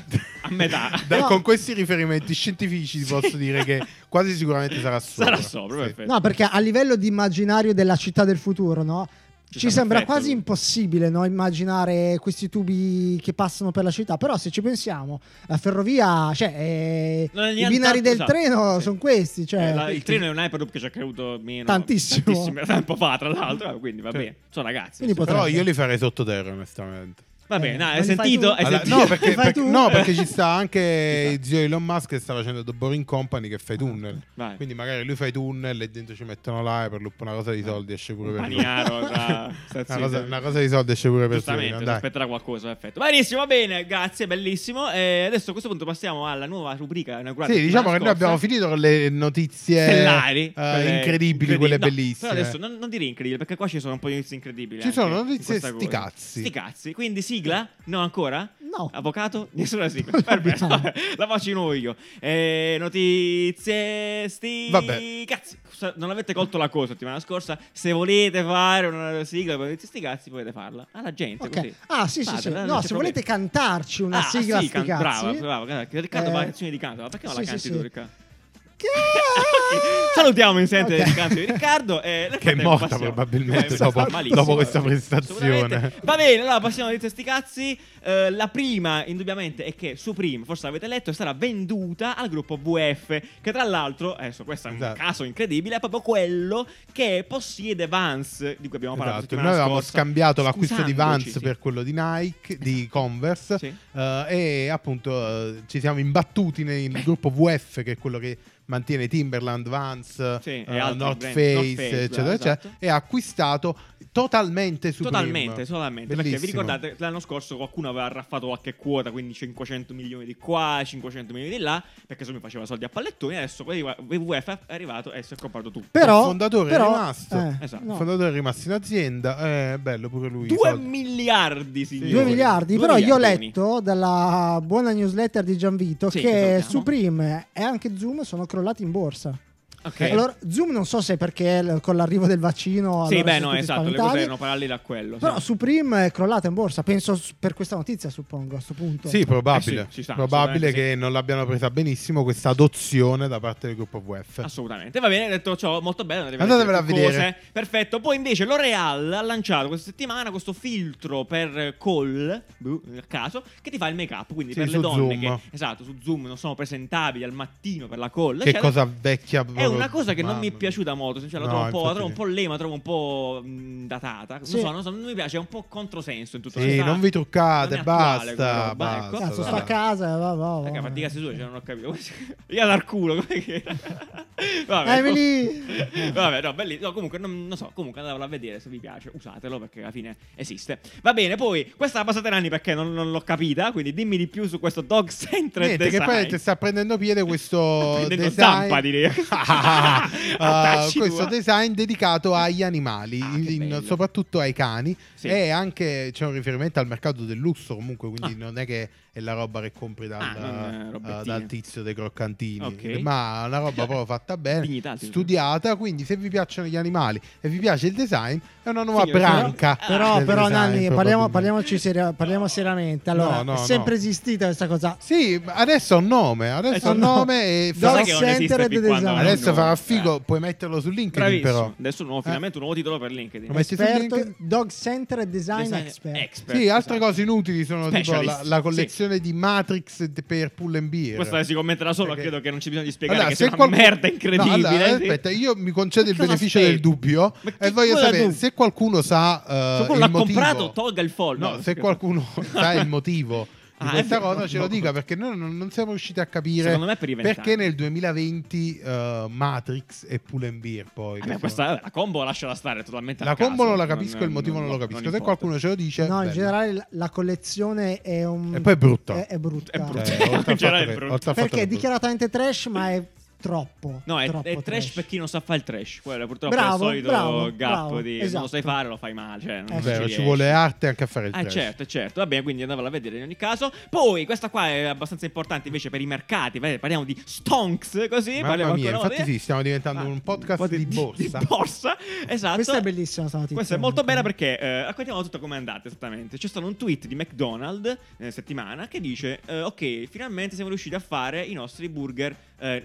A metà. da- No. con questi riferimenti scientifici ti posso dire che quasi sicuramente sarà sopra. Sarà sopra, Sì. perfetto. No, perché a livello di immaginario della città del futuro, no? Ci Ci, siamo sembra perfetto. quasi impossibile, no, immaginare questi tubi che passano per la città. Però se ci pensiamo, la ferrovia, cioè eh, Non è i niente binari tanto- del esatto, treno sì. sono questi. Cioè, Eh, la- il treno è un Hyperloop che ci ha creduto meno Tantissimo. tantissimo tempo fa, tra l'altro. Quindi va Sì. bene. Sono ragazzi. Quindi sì. potrebbe- Però io li farei sottoterra, onestamente. Va bene, Eh, no, ma hai li fai sentito? tu? Hai Allora, sentito? no, perché, Li fai perché- tu? no, perché ci sta anche zio Elon Musk che sta facendo The Boring Company che fa i tunnel. Vai. Quindi magari lui fa i tunnel e dentro ci mettono l'Hyperloop, una cosa di soldi esce pure per lui. Paniaro, tra... Una cosa, una cosa di soldi esce pure per Giustamente, lui. si Dai. aspetterà qualcosa, perfetto. Benissimo, va bene, grazie, bellissimo. E adesso a questo punto passiamo alla nuova rubrica inaugurata. Sì, settimana diciamo che noi scorsa. abbiamo finito con le notizie Stellari, eh, quelle incredibili, quelle no, bellissime. Però adesso non, non dire incredibili, perché qua ci sono un po' di notizie incredibili. Ci anche sono in notizie questa sti cosa. cazzi. Sti cazzi. Quindi sigla? No, ancora? No. Avvocato? Nessuna sigla. Perfetto. La faccio di nuovo io. Eh, notizie sti Vabbè. cazzi. Non avete colto la cosa settimana scorsa. Se volete fare una sigla per notizie sti cazzi, potete farla. Alla gente, Ok. così. Ah, sì, sì, Fatela, sì. non No, c'è se problema. volete cantarci una Ah, sigla sì, sti can- cazzi. brava, brava, guarda, che Riccardo Eh, fa la lezione di canto, ma perché non sì, la sì, canti sì. tu, Riccardo? Che- Salutiamo in sente Ok. il canto di Riccardo e nel Che è frattempo morta passiamo- probabilmente Eh, dopo, malissimo. dopo questa prestazione. Assolutamente. Va bene, allora passiamo a sti cazzi. Eh, la prima, indubbiamente, è che Supreme, forse l'avete letto, è stata venduta al gruppo V F. Che tra l'altro, adesso questo è un Esatto. caso incredibile, è proprio quello che possiede Vans, di cui abbiamo parlato Esatto, la noi settimana avevamo scorsa, scambiato l'acquisto di Vans scusandoci, sì. per quello di Nike, di Converse, Sì. eh, e appunto eh, ci siamo imbattuti nel gruppo V F, che è quello che mantiene Timberland, Vans, Sì, e eh, altri North brand, Face, North Face, eccetera, esatto. eccetera, e ha acquistato totalmente Supreme. Totalmente, totalmente. Perché vi Bellissimo. ricordate l'anno scorso qualcuno aveva raffato qualche quota, quindi cinquecento milioni di qua, cinquecento milioni di là, perché Sony faceva soldi a pallettoni. Adesso poi V F è arrivato e si è comprato tutto. Però, il fondatore però- è rimasto. eh, Esatto. Il no. fondatore è rimasto in azienda, è bello pure lui. i Due soldi. miliardi, signori. Due miliardi, Due però io ho miliardoni. letto dalla buona newsletter di Gianvito Sì, che che salutiamo. Supreme e anche Zoom sono crollati in borsa. Ok. Allora, Zoom non so se perché l- con l'arrivo del vaccino sì, allora beh, sono no, tutti esatto, le spaventati. cose erano parallele a quello. Però sì. Supreme è crollata in borsa, penso s- per questa notizia, suppongo, a sto punto. Sì, probabile. Eh sì, ci sta, probabile assolutamente che non l'abbiano presa benissimo questa adozione da parte del gruppo V F. Assolutamente, va bene, detto ciò, molto bello. Andatevela a più vedere. cose. Perfetto. Poi invece L'Oreal ha lanciato questa settimana questo filtro per call, boh, a caso, che ti fa il make up. Quindi Sì, per le su donne Zoom. che, esatto, su Zoom non sono presentabili al mattino per la call. Che eccetera. cosa vecchia. È proprio, una cosa che non mi è mamma piaciuta molto. Cioè, la No, trovo un po', la infatti trovo un sì. po' lema, la trovo un po' mh, datata. Non Sì. so, non so, non mi piace, è un po' controsenso in tutto Sì, non vi truccate, basta, basta. basta. Cazzo, sta dai. a casa, va, va, va. Raga, fatti i cazzi suoi, cioè, non ho capito. Io dal culo, come che Vabbè, Emily! Vabbè, no, bellissimo. No, comunque, non, non so, comunque andatelo a vedere se vi piace, usatelo perché alla fine esiste. Va bene, poi questa la passate anni perché non, non l'ho capita, quindi dimmi di più su questo dog centered Niente, design. che poi te sta prendendo piede questo Prendendo design. zampa, direi. Uh, Attacci questo tua. design dedicato agli animali, Ah, che in- bello. soprattutto ai cani. Sì. E anche c'è un riferimento al mercato del lusso, comunque, quindi Ah. non è che è la roba che compri dal, Ah, non, eh, uh, robettine. dal tizio dei croccantini, Ok. ma una roba proprio fatta bene, Dignità, sì. studiata. Quindi, se vi piacciono gli animali e vi piace il design, è una nuova Sì, branca. però- Però, del però design, Nanni, parliamo, probabilmente. parliamoci seria- parliamo seriamente. Allora, No, no, è sempre no. esistita questa cosa. Sì, adesso ha un nome, adesso ha un no. nome e Dog Sai che non esiste Centered fin quando Design. non- adesso no, farà eh. figo, puoi metterlo su LinkedIn Bravissimo. però. Adesso un nuovo, finalmente un nuovo titolo per LinkedIn. Come metti su Esperto, LinkedIn? Dog Center Design, Design Expert. expert. Sì, altre esatto. cose inutili sono tipo Specialist, la, la collezione di Matrix d- per Pull and Beer. Questa si commenterà solo, Perché- credo che non ci bisogna di spiegare Allora, che se sia una qualcuno- merda incredibile. No, allora, sì. aspetta, io mi concedo il Cosa beneficio aspetti? del dubbio Ma e che voglio cosa sapere tu? se qualcuno sa uh, Se il qualcuno l'ha motivo. comprato, tolga il follo. No, No, se scherzo. qualcuno sa il motivo di Ah, è questa vero. cosa ce lo dica, perché noi non, non siamo riusciti a capire Secondo me per i vent'anni. perché nel duemilaventi uh, Matrix e Pull and Beer poi. Vabbè, che questa, sono- la combo lasciala stare totalmente a la caso. combo non la capisco, il motivo non, lo non capisco. Se importa. qualcuno ce lo dice, No, in bello. generale la- la collezione è un. E poi è brutta. È, è brutta. È brutta. Eh, oltre al In generale fatto è che- brutta. oltre al fatto Perché che è è brutta. dichiaratamente trash, ma è troppo. No, è, troppo è trash per chi non sa fare il trash. Quello purtroppo Bravo, è il solito bravo, gap bravo, di non esatto. lo sai fare, lo fai male. Cioè, non È È ci vero, ci riesci. vuole arte anche a fare il Ah, trash. certo, certo. Va bene, quindi andatela a vedere in ogni caso. Poi, questa qua è abbastanza importante invece per i mercati. Vai, parliamo di stonks, così. Mamma parliamo mia, ancora infatti di- sì, stiamo diventando Ah, un podcast po' di borsa. Di borsa, esatto. Questa è bellissima sta notizia. Questa è molto bella perché eh, raccontiamo tutto come è andata esattamente. C'è stato un tweet di McDonald's eh, settimana che dice eh, ok, finalmente siamo riusciti a fare i nostri burger eh, plant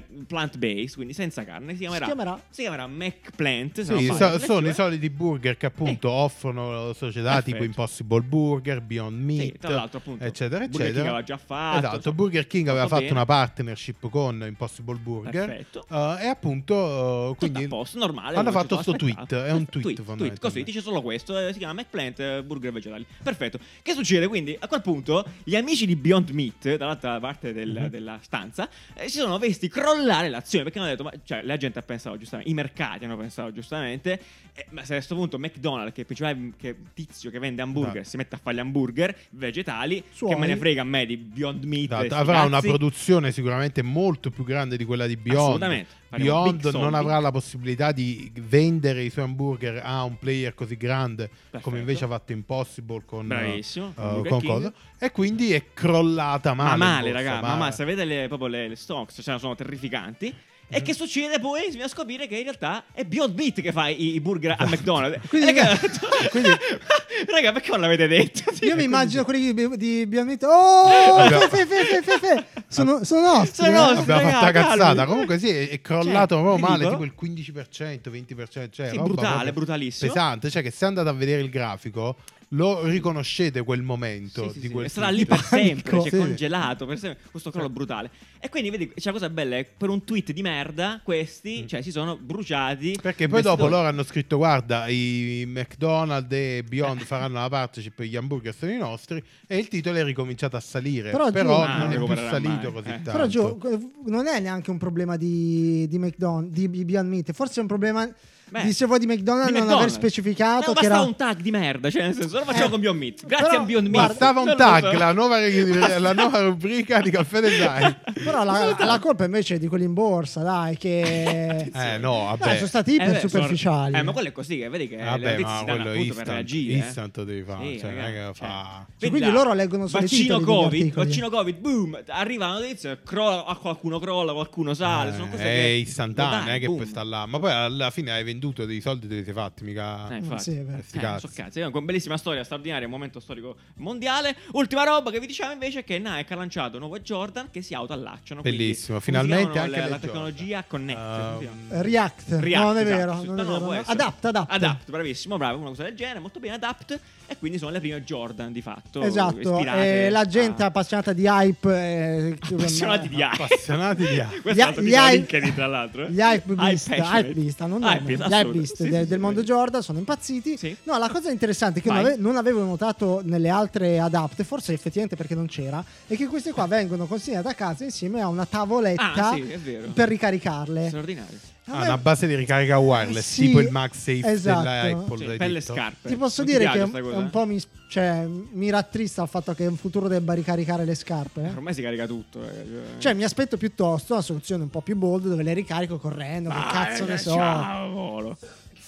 plant-based, quindi senza carne. Si chiamerà, si chiamerà, si chiamerà McPlant. Sì, so, sono i soliti burger che appunto eh. offrono società Perfetto. tipo Impossible Burger, Beyond Meat, sì, tra l'altro, appunto, eccetera, Burger eccetera. King aveva già fatto. Esatto, so, Burger King aveva fatto bene. una partnership con Impossible Burger. Uh, e appunto uh, quindi a posto, normale, hanno fatto sto tweet, è un tweet, tweet, tweet così, dice solo questo, eh, si chiama McPlant eh, Burger Vegetali. Perfetto. Che succede quindi? A quel punto gli amici di Beyond Meat, dall'altra parte del, mm-hmm. della stanza, eh, si sono visti crollare l'azione, perché hanno detto, ma cioè la gente ha pensato giustamente, i mercati hanno pensato giustamente, eh, ma se a questo punto McDonald's, che è il principale che tizio che vende hamburger, no. si mette a fare gli hamburger vegetali, Suoi. che me ne frega a me di Beyond Meat, no, avrà cazzi. una produzione sicuramente molto più grande di quella di Beyond. Assolutamente. Beyond non avrà la possibilità di vendere i suoi hamburger a un player così grande Perfetto. come invece ha fatto Impossible con, Bravissimo, uh, con cosa, e quindi è crollata male. Ma male, raga, ma, ma se vedete le, proprio le, le stocks, cioè, sono terrificanti. E che succede poi? Si viene a scoprire che in realtà è Beyond Meat che fa i, i burger a McDonald's. Quindi, raga, quindi raga, perché non l'avete detto? Io mi immagino quelli di, di Beyond Meat. Oh, fe, fe, fe, fe, fe. Sono, sono nostri. Sono nostri, abbiamo raga, fatto la cazzata. calmi. Comunque sì, è crollato cioè, proprio male, dico? tipo il quindici per cento, venti per cento. Cioè, sì, roba brutale, brutalissimo. Pesante, cioè che se andate a vedere il grafico lo riconoscete quel momento sì, sì, di sì. quel sarà lì per sempre, cioè sì. congelato per sempre, questo crollo brutale. E quindi vedi, c'è la cosa bella, è per un tweet di merda questi, mm. cioè si sono bruciati, perché poi dopo loro hanno scritto guarda i McDonald's e Beyond faranno la partnership, gli hamburger sono i nostri, e il titolo è ricominciato a salire, però, però Gio, non ah, è più salito mai. così eh. tanto. Però Gio, non è neanche un problema di, di McDonald's, di Beyond Meat, forse è un problema Beh, di se vuoi di McDonald's, di non McDonald's. aver specificato no, che era un tag di merda, cioè nel senso lo facciamo eh. con Beyond Meat, grazie Però, a Beyond Meat. Bastava un tag, so. la, nuova, la nuova rubrica di Caffè Design. Però la, la colpa invece è di quelli in borsa, dai, che eh no, vabbè. Dai, sono stati iper eh, superficiali. Sono... Eh, ma quello è così, che vedi che vabbè, le ma si danno quello appunto instant, per reagire. Instant eh. devi fare, sì, cioè, ragazzi, che eh. fa. Cioè, quindi loro leggono solo i vaccino titoli Covid, vaccino Covid, boom, arriva la notizia, crolla, qualcuno crolla, qualcuno sale, eh, sono cose è che istantanea, eh, che boom. poi sta là, ma poi alla fine hai venduto dei soldi, te li sei fatti, mica Eh, infatti, sì, eh, sti so cazzi. cazzi. Una bellissima storia straordinaria, un momento storico mondiale. Ultima roba che vi diciamo invece è che Nike ha lanciato nuovo Jordan che si autoallacciano. Bellissimo, quindi, finalmente anche la, le la tecnologia Connect. Um, React. React, no, non è esatto, vero, sì. non No, è no, vero. può no. essere. Adapt, adapt. Adapt, bravissimo, bravo, una cosa del genere, molto bene, Adapt. E quindi sono le prime Jordan di fatto. Esatto, e la gente a... appassionata di hype. Eh, appassionati di hype. Appassionati di hype. Questo è un altro gli titolo hype, LinkedIn, tra l'altro. Gli hype beast, Hype hype beast, non hype nome, beast, gli hype beast sì, del, sì, del sì, mondo sì. Jordan sono impazziti. Sì. No, la cosa interessante che non, Vai. ave- non avevo notato nelle altre Adapt, forse effettivamente perché non c'era, è che queste qua vengono consegnate a casa insieme a una tavoletta Ah, sì, è vero. per ricaricarle. Straordinario. Ah, una base di ricarica wireless, Sì, tipo il MagSafe esatto. della Apple. Sì, hai per le detto. scarpe. Ti posso Non dire piace che sta cosa, un eh? po' mi, cioè, mi rattrista il fatto che in futuro debba ricaricare le scarpe. eh. Ormai si carica tutto. eh. Cioè, mi aspetto piuttosto una soluzione un po' più bold dove le ricarico correndo. Che Vai, cazzo ne so. Ciao, volo.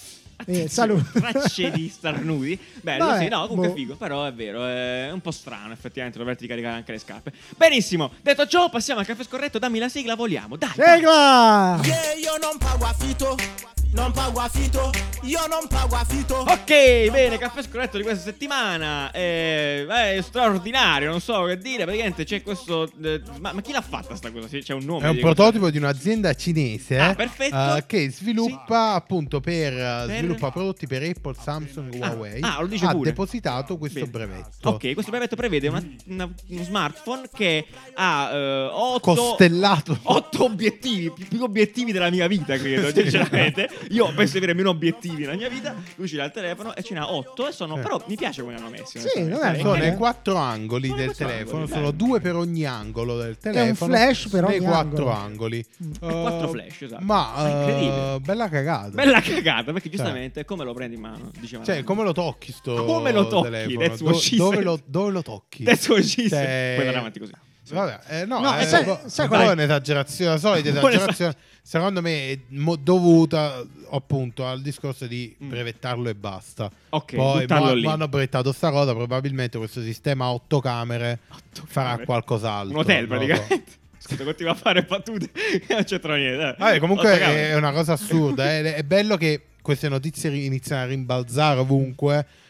Eh, salute. Tracce di starnuti. Bello, Vabbè, sì, no, comunque boh. è figo. Però è vero, è un po' strano effettivamente doverti caricare anche le scarpe. Benissimo, detto ciò, passiamo al caffè scorretto. Dammi la sigla, voliamo. Dai. Sigla! Yeah, io non pago affitto, non pago affitto, io non pago affitto. Ok, bene, caffè scorretto di questa settimana eh, è straordinario, non so che dire. Praticamente c'è questo eh, ma, ma chi l'ha fatta sta cosa? C'è un nome? È un dico. prototipo di un'azienda cinese Ah, perfetto. eh, che sviluppa Sì. appunto per, Per- sviluppa prodotti per Apple, Samsung, Ah, Huawei. ah, lo dice ha pure. depositato questo Bene. brevetto. Ok, questo brevetto prevede una, una- uno smartphone che ha eh, otto, Costellato. otto obiettivi, più, più obiettivi della mia vita, credo, sinceramente. Io penso di avere meno obiettivi nella mia vita. Lui ce l'ha al telefono e ce n'ha otto e sono... Eh. Però mi piace come li hanno messi. Sì, non è onestamente. Sono male. i quattro angoli Sono i del quattro telefono, angoli, sono bello. due per ogni angolo del un telefono. flash per nei ogni quattro angolo. angoli. E quattro flash, esatto. Ma Ah, incredibile. eh, bella cagata. Bella cagata, perché giustamente come lo prendi in mano? Diceva Cioè, come lo tocchi sto Come lo tocchi? telefono? That's Do- what she dove, said. lo, dove lo tocchi? That's what she Cioè- said. Puoi andare avanti così. Vabbè, eh, no, No, eh, sai- un po'- sai un po' qual è? un'esagerazione, la solita Un po' esagerazione. Secondo me è mo- dovuta appunto al discorso di Mm. brevettarlo e basta. Ok, Poi buttarlo mo- lì. mo hanno brevettato sta cosa, probabilmente questo sistema a otto camere Otto farà camere. qualcos'altro. Un hotel non lo so. praticamente. Scusa, continua a fare battute. Non c'entra niente. eh. Vabbè, comunque Otto camere. è una cosa assurda. eh. È bello che queste notizie ri- iniziano a rimbalzare ovunque.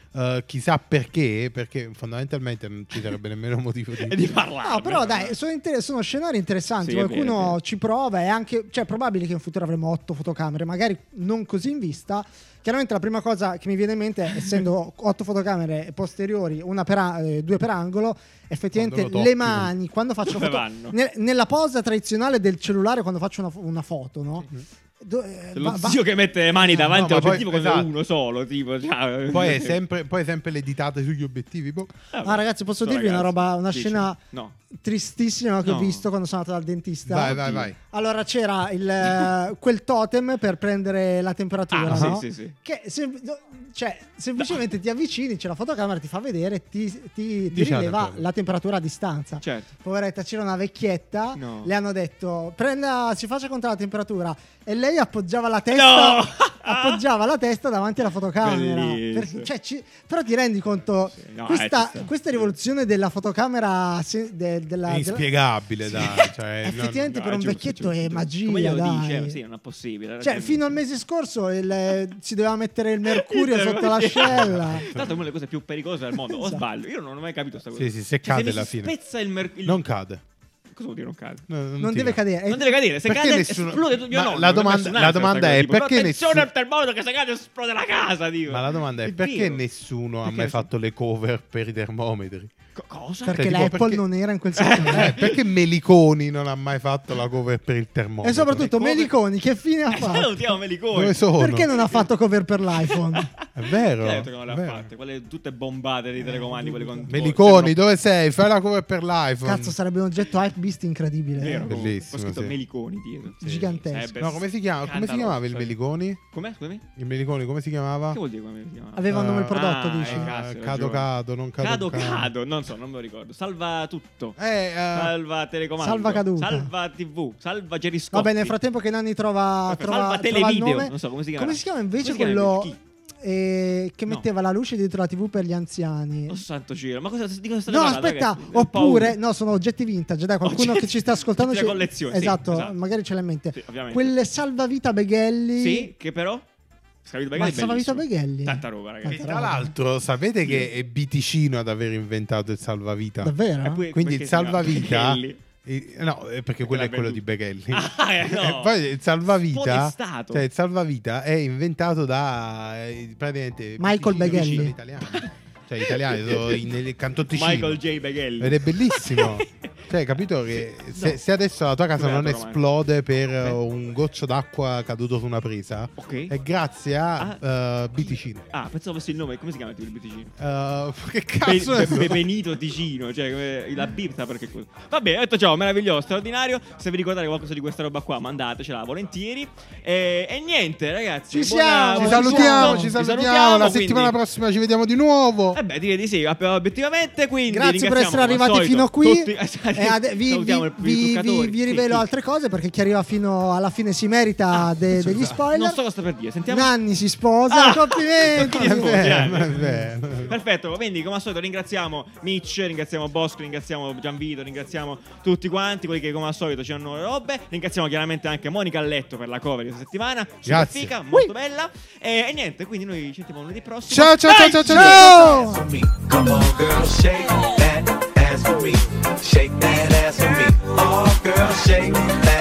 Uh, chissà perché, perché fondamentalmente non ci sarebbe nemmeno motivo di, di parlare. No, però dai, sono, inter- sono scenari interessanti. Sì, Qualcuno è vero, è vero. ci prova. È anche, cioè, è probabile che in futuro avremo otto fotocamere, magari non così in vista. Chiaramente la prima cosa che mi viene in mente, essendo otto fotocamere posteriori, una per a- eh, due per angolo, effettivamente Quando lo le tocchi, mani, quando faccio Dove foto, vanno? ne- nella posa tradizionale del cellulare, quando faccio una, fo- una foto, no? Do- eh, Lo va- va- zio che mette le mani davanti No, ma all'obiettivo poi- quando è esatto. uno solo, tipo, cioè, Poi è sempre, poi è sempre le ditate sugli obiettivi. boh. Ah, ragazzi, posso No, dirvi una ragazzi, roba, una dici. scena No. tristissima che ho No. visto quando sono andato dal dentista. Vai, vai, vai. Allora c'era il, eh, quel totem per prendere la temperatura, Ah, sì, no? sì, sì. Che sem- cioè, semplicemente ti avvicini, c'è la fotocamera, ti fa vedere, ti, ti, ti Dice la rileva temperatura. la temperatura a distanza. Certo. Poveretta, c'era una vecchietta, No. le hanno detto prenda, si faccia contare la temperatura, e lei appoggiava la testa No! appoggiava la testa davanti alla fotocamera. Bellissimo. Perché, cioè, ci- però ti rendi conto, Sì, no, eh, questa, ci sta. questa rivoluzione della fotocamera se- de- della, È della- inspiegabile, dai. Cioè, effettivamente no, per un giusto, vecchietto giusto, è giusto. magia, Come glielo dai. dice? Sì, non è possibile. Cioè, ragione. fino al mese scorso il- si doveva mettere il mercurio Il sotto mercurio. l'ascella. Tra l'altro è una delle cose più pericolose del mondo. O Esatto. sbaglio? Io non ho mai capito questa cosa. Sì, sì, se Cioè, cade mi alla si fine. spezza il mercurio. Non cade. Cosa vuol dire non cade? No, Non ti deve cade. cadere. Non deve cadere, se Perché cade nessuno- esplode tutto. Io Ma no, la non ho domanda- messo la naso domanda questa è, cosa, tipo, perché attenzione nessuno- al termometro che se cade esplode la casa, dico. Ma la domanda è: È perché vero. nessuno ha Perché mai sì. fatto le cover per i termometri? Co- cosa? Perché Cioè, tipo, l'Apple perché- non era in quel settore. Eh, perché Meliconi non ha mai fatto la cover per il termometro? E soprattutto come- Meliconi, che fine ha Eh, fatto? salutiamo Meliconi. Dove sono? Perché non ha fatto cover per l'iPhone? È vero. Chi ha detto che non le ha vero. fatte? Quelle tutte bombate di telecomandi, quelle con Meliconi, dove sei? Fai la cover per l'iPhone. Cazzo, sarebbe un oggetto hype beast incredibile. Vero, eh. Bellissimo, Bellissimo, ho scritto sì. Meliconi dietro. Sì. Gigantesco. Sarebbe No, come si chiama? Come si scandaloso, chiamava il sai. Meliconi? Com'è? Scusami? Il Meliconi, come si chiamava? Che vuol dire come si chiama? Aveva un nome Eh, prodotto, ah, dici? eh, cazzo, hai cado ragione. cado, non cado Cado cado, non so, non me lo ricordo. Salva tutto. Eh, eh, Salva telecomando. Salva caduta. Salva tivù. Salva geriscopi. Vabbè, nel frattempo che Nanni trova, Perfetto, trova, salva trova il televideo. nome. Non so come si chiama. Come si chiama invece Come si chiama quello invece? Chi? eh, che No. metteva la luce dietro la tivù per gli anziani? Oh santo cielo, ma cosa, di cosa state No, parlando, aspetta, ragazzi? Ho oppure, paura. no, sono oggetti vintage. Dai, qualcuno Oggetti- che ci sta ascoltando. oggetti ci- da collezione, sì, esatto, esatto. magari ce l'ha in mente. Sì, ovviamente. Quelle salvavita Beghelli. Sì, che però Salvavita Ma Beghelli è salvavita bellissimo. Beghelli? Tanta roba, ragazzi. E tra l'altro, sapete che è Biticino ad aver inventato il salvavita? Davvero? E poi- Quindi perché il si chiama salvavita. Beghelli? eh, No, eh, perché quello è l'ha quello di venduto. Beghelli. Ah, eh, no. E poi il salvavita, Spodestato. cioè il salvavita è inventato da eh, praticamente Michael Biticino, Beghelli. vicino italiani. Cioè gli italiani sono in- nel canto Ticino. Michael J. Beghelli. Ed è bellissimo. Cioè, capito che se, No. se adesso la tua casa Come non la tua esplode per Eh. uh, un goccio d'acqua caduto su una presa, Ok. è grazie a uh, Biticino. Ah, pensavo avessi il nome. Come si chiama il Biticino? Uh, che Be- cazzo è? Be- Be- Benito Ticino, cioè come- la B sta perché cosa. Vabbè, ho detto ciao, meraviglioso, straordinario. Se vi ricordate qualcosa di questa roba qua, mandatecela volentieri. E, e niente, ragazzi. Ci buona- siamo, Ci buon salutiamo, tutto. ci salutiamo. La quindi- settimana prossima ci vediamo di nuovo. Eh beh, direi di sì, obiettivamente. Quindi Grazie per ringraziamo, essere come al arrivati solito, fino qui. tutti- E ade- vi, salutiamo vi- il- i vi- vi- truccatori. vi Sì, rivelo sì. altre cose perché chi arriva fino alla fine si merita de- degli spoiler. Non so cosa sta per dire. Sentiamo. Nanni si sposa. Ah! Complimenti. Chi si sposa? Vabbè, Gianni. vabbè. Perfetto, quindi come al solito ringraziamo Mitch, ringraziamo Bosco, ringraziamo Gianvito, ringraziamo tutti quanti, quelli che come al solito ci hanno le robe. Ringraziamo chiaramente anche Monica Alletto per la cover di questa settimana. Super Grazie. figa, molto bella. E, e niente, quindi noi ci sentiamo lunedì prossimo. Ciao, ciao, ciao, ciao, ciao. Ciao. for me. Come on, girl, shake that ass for me. Shake that ass for me. Oh, girl, shake that.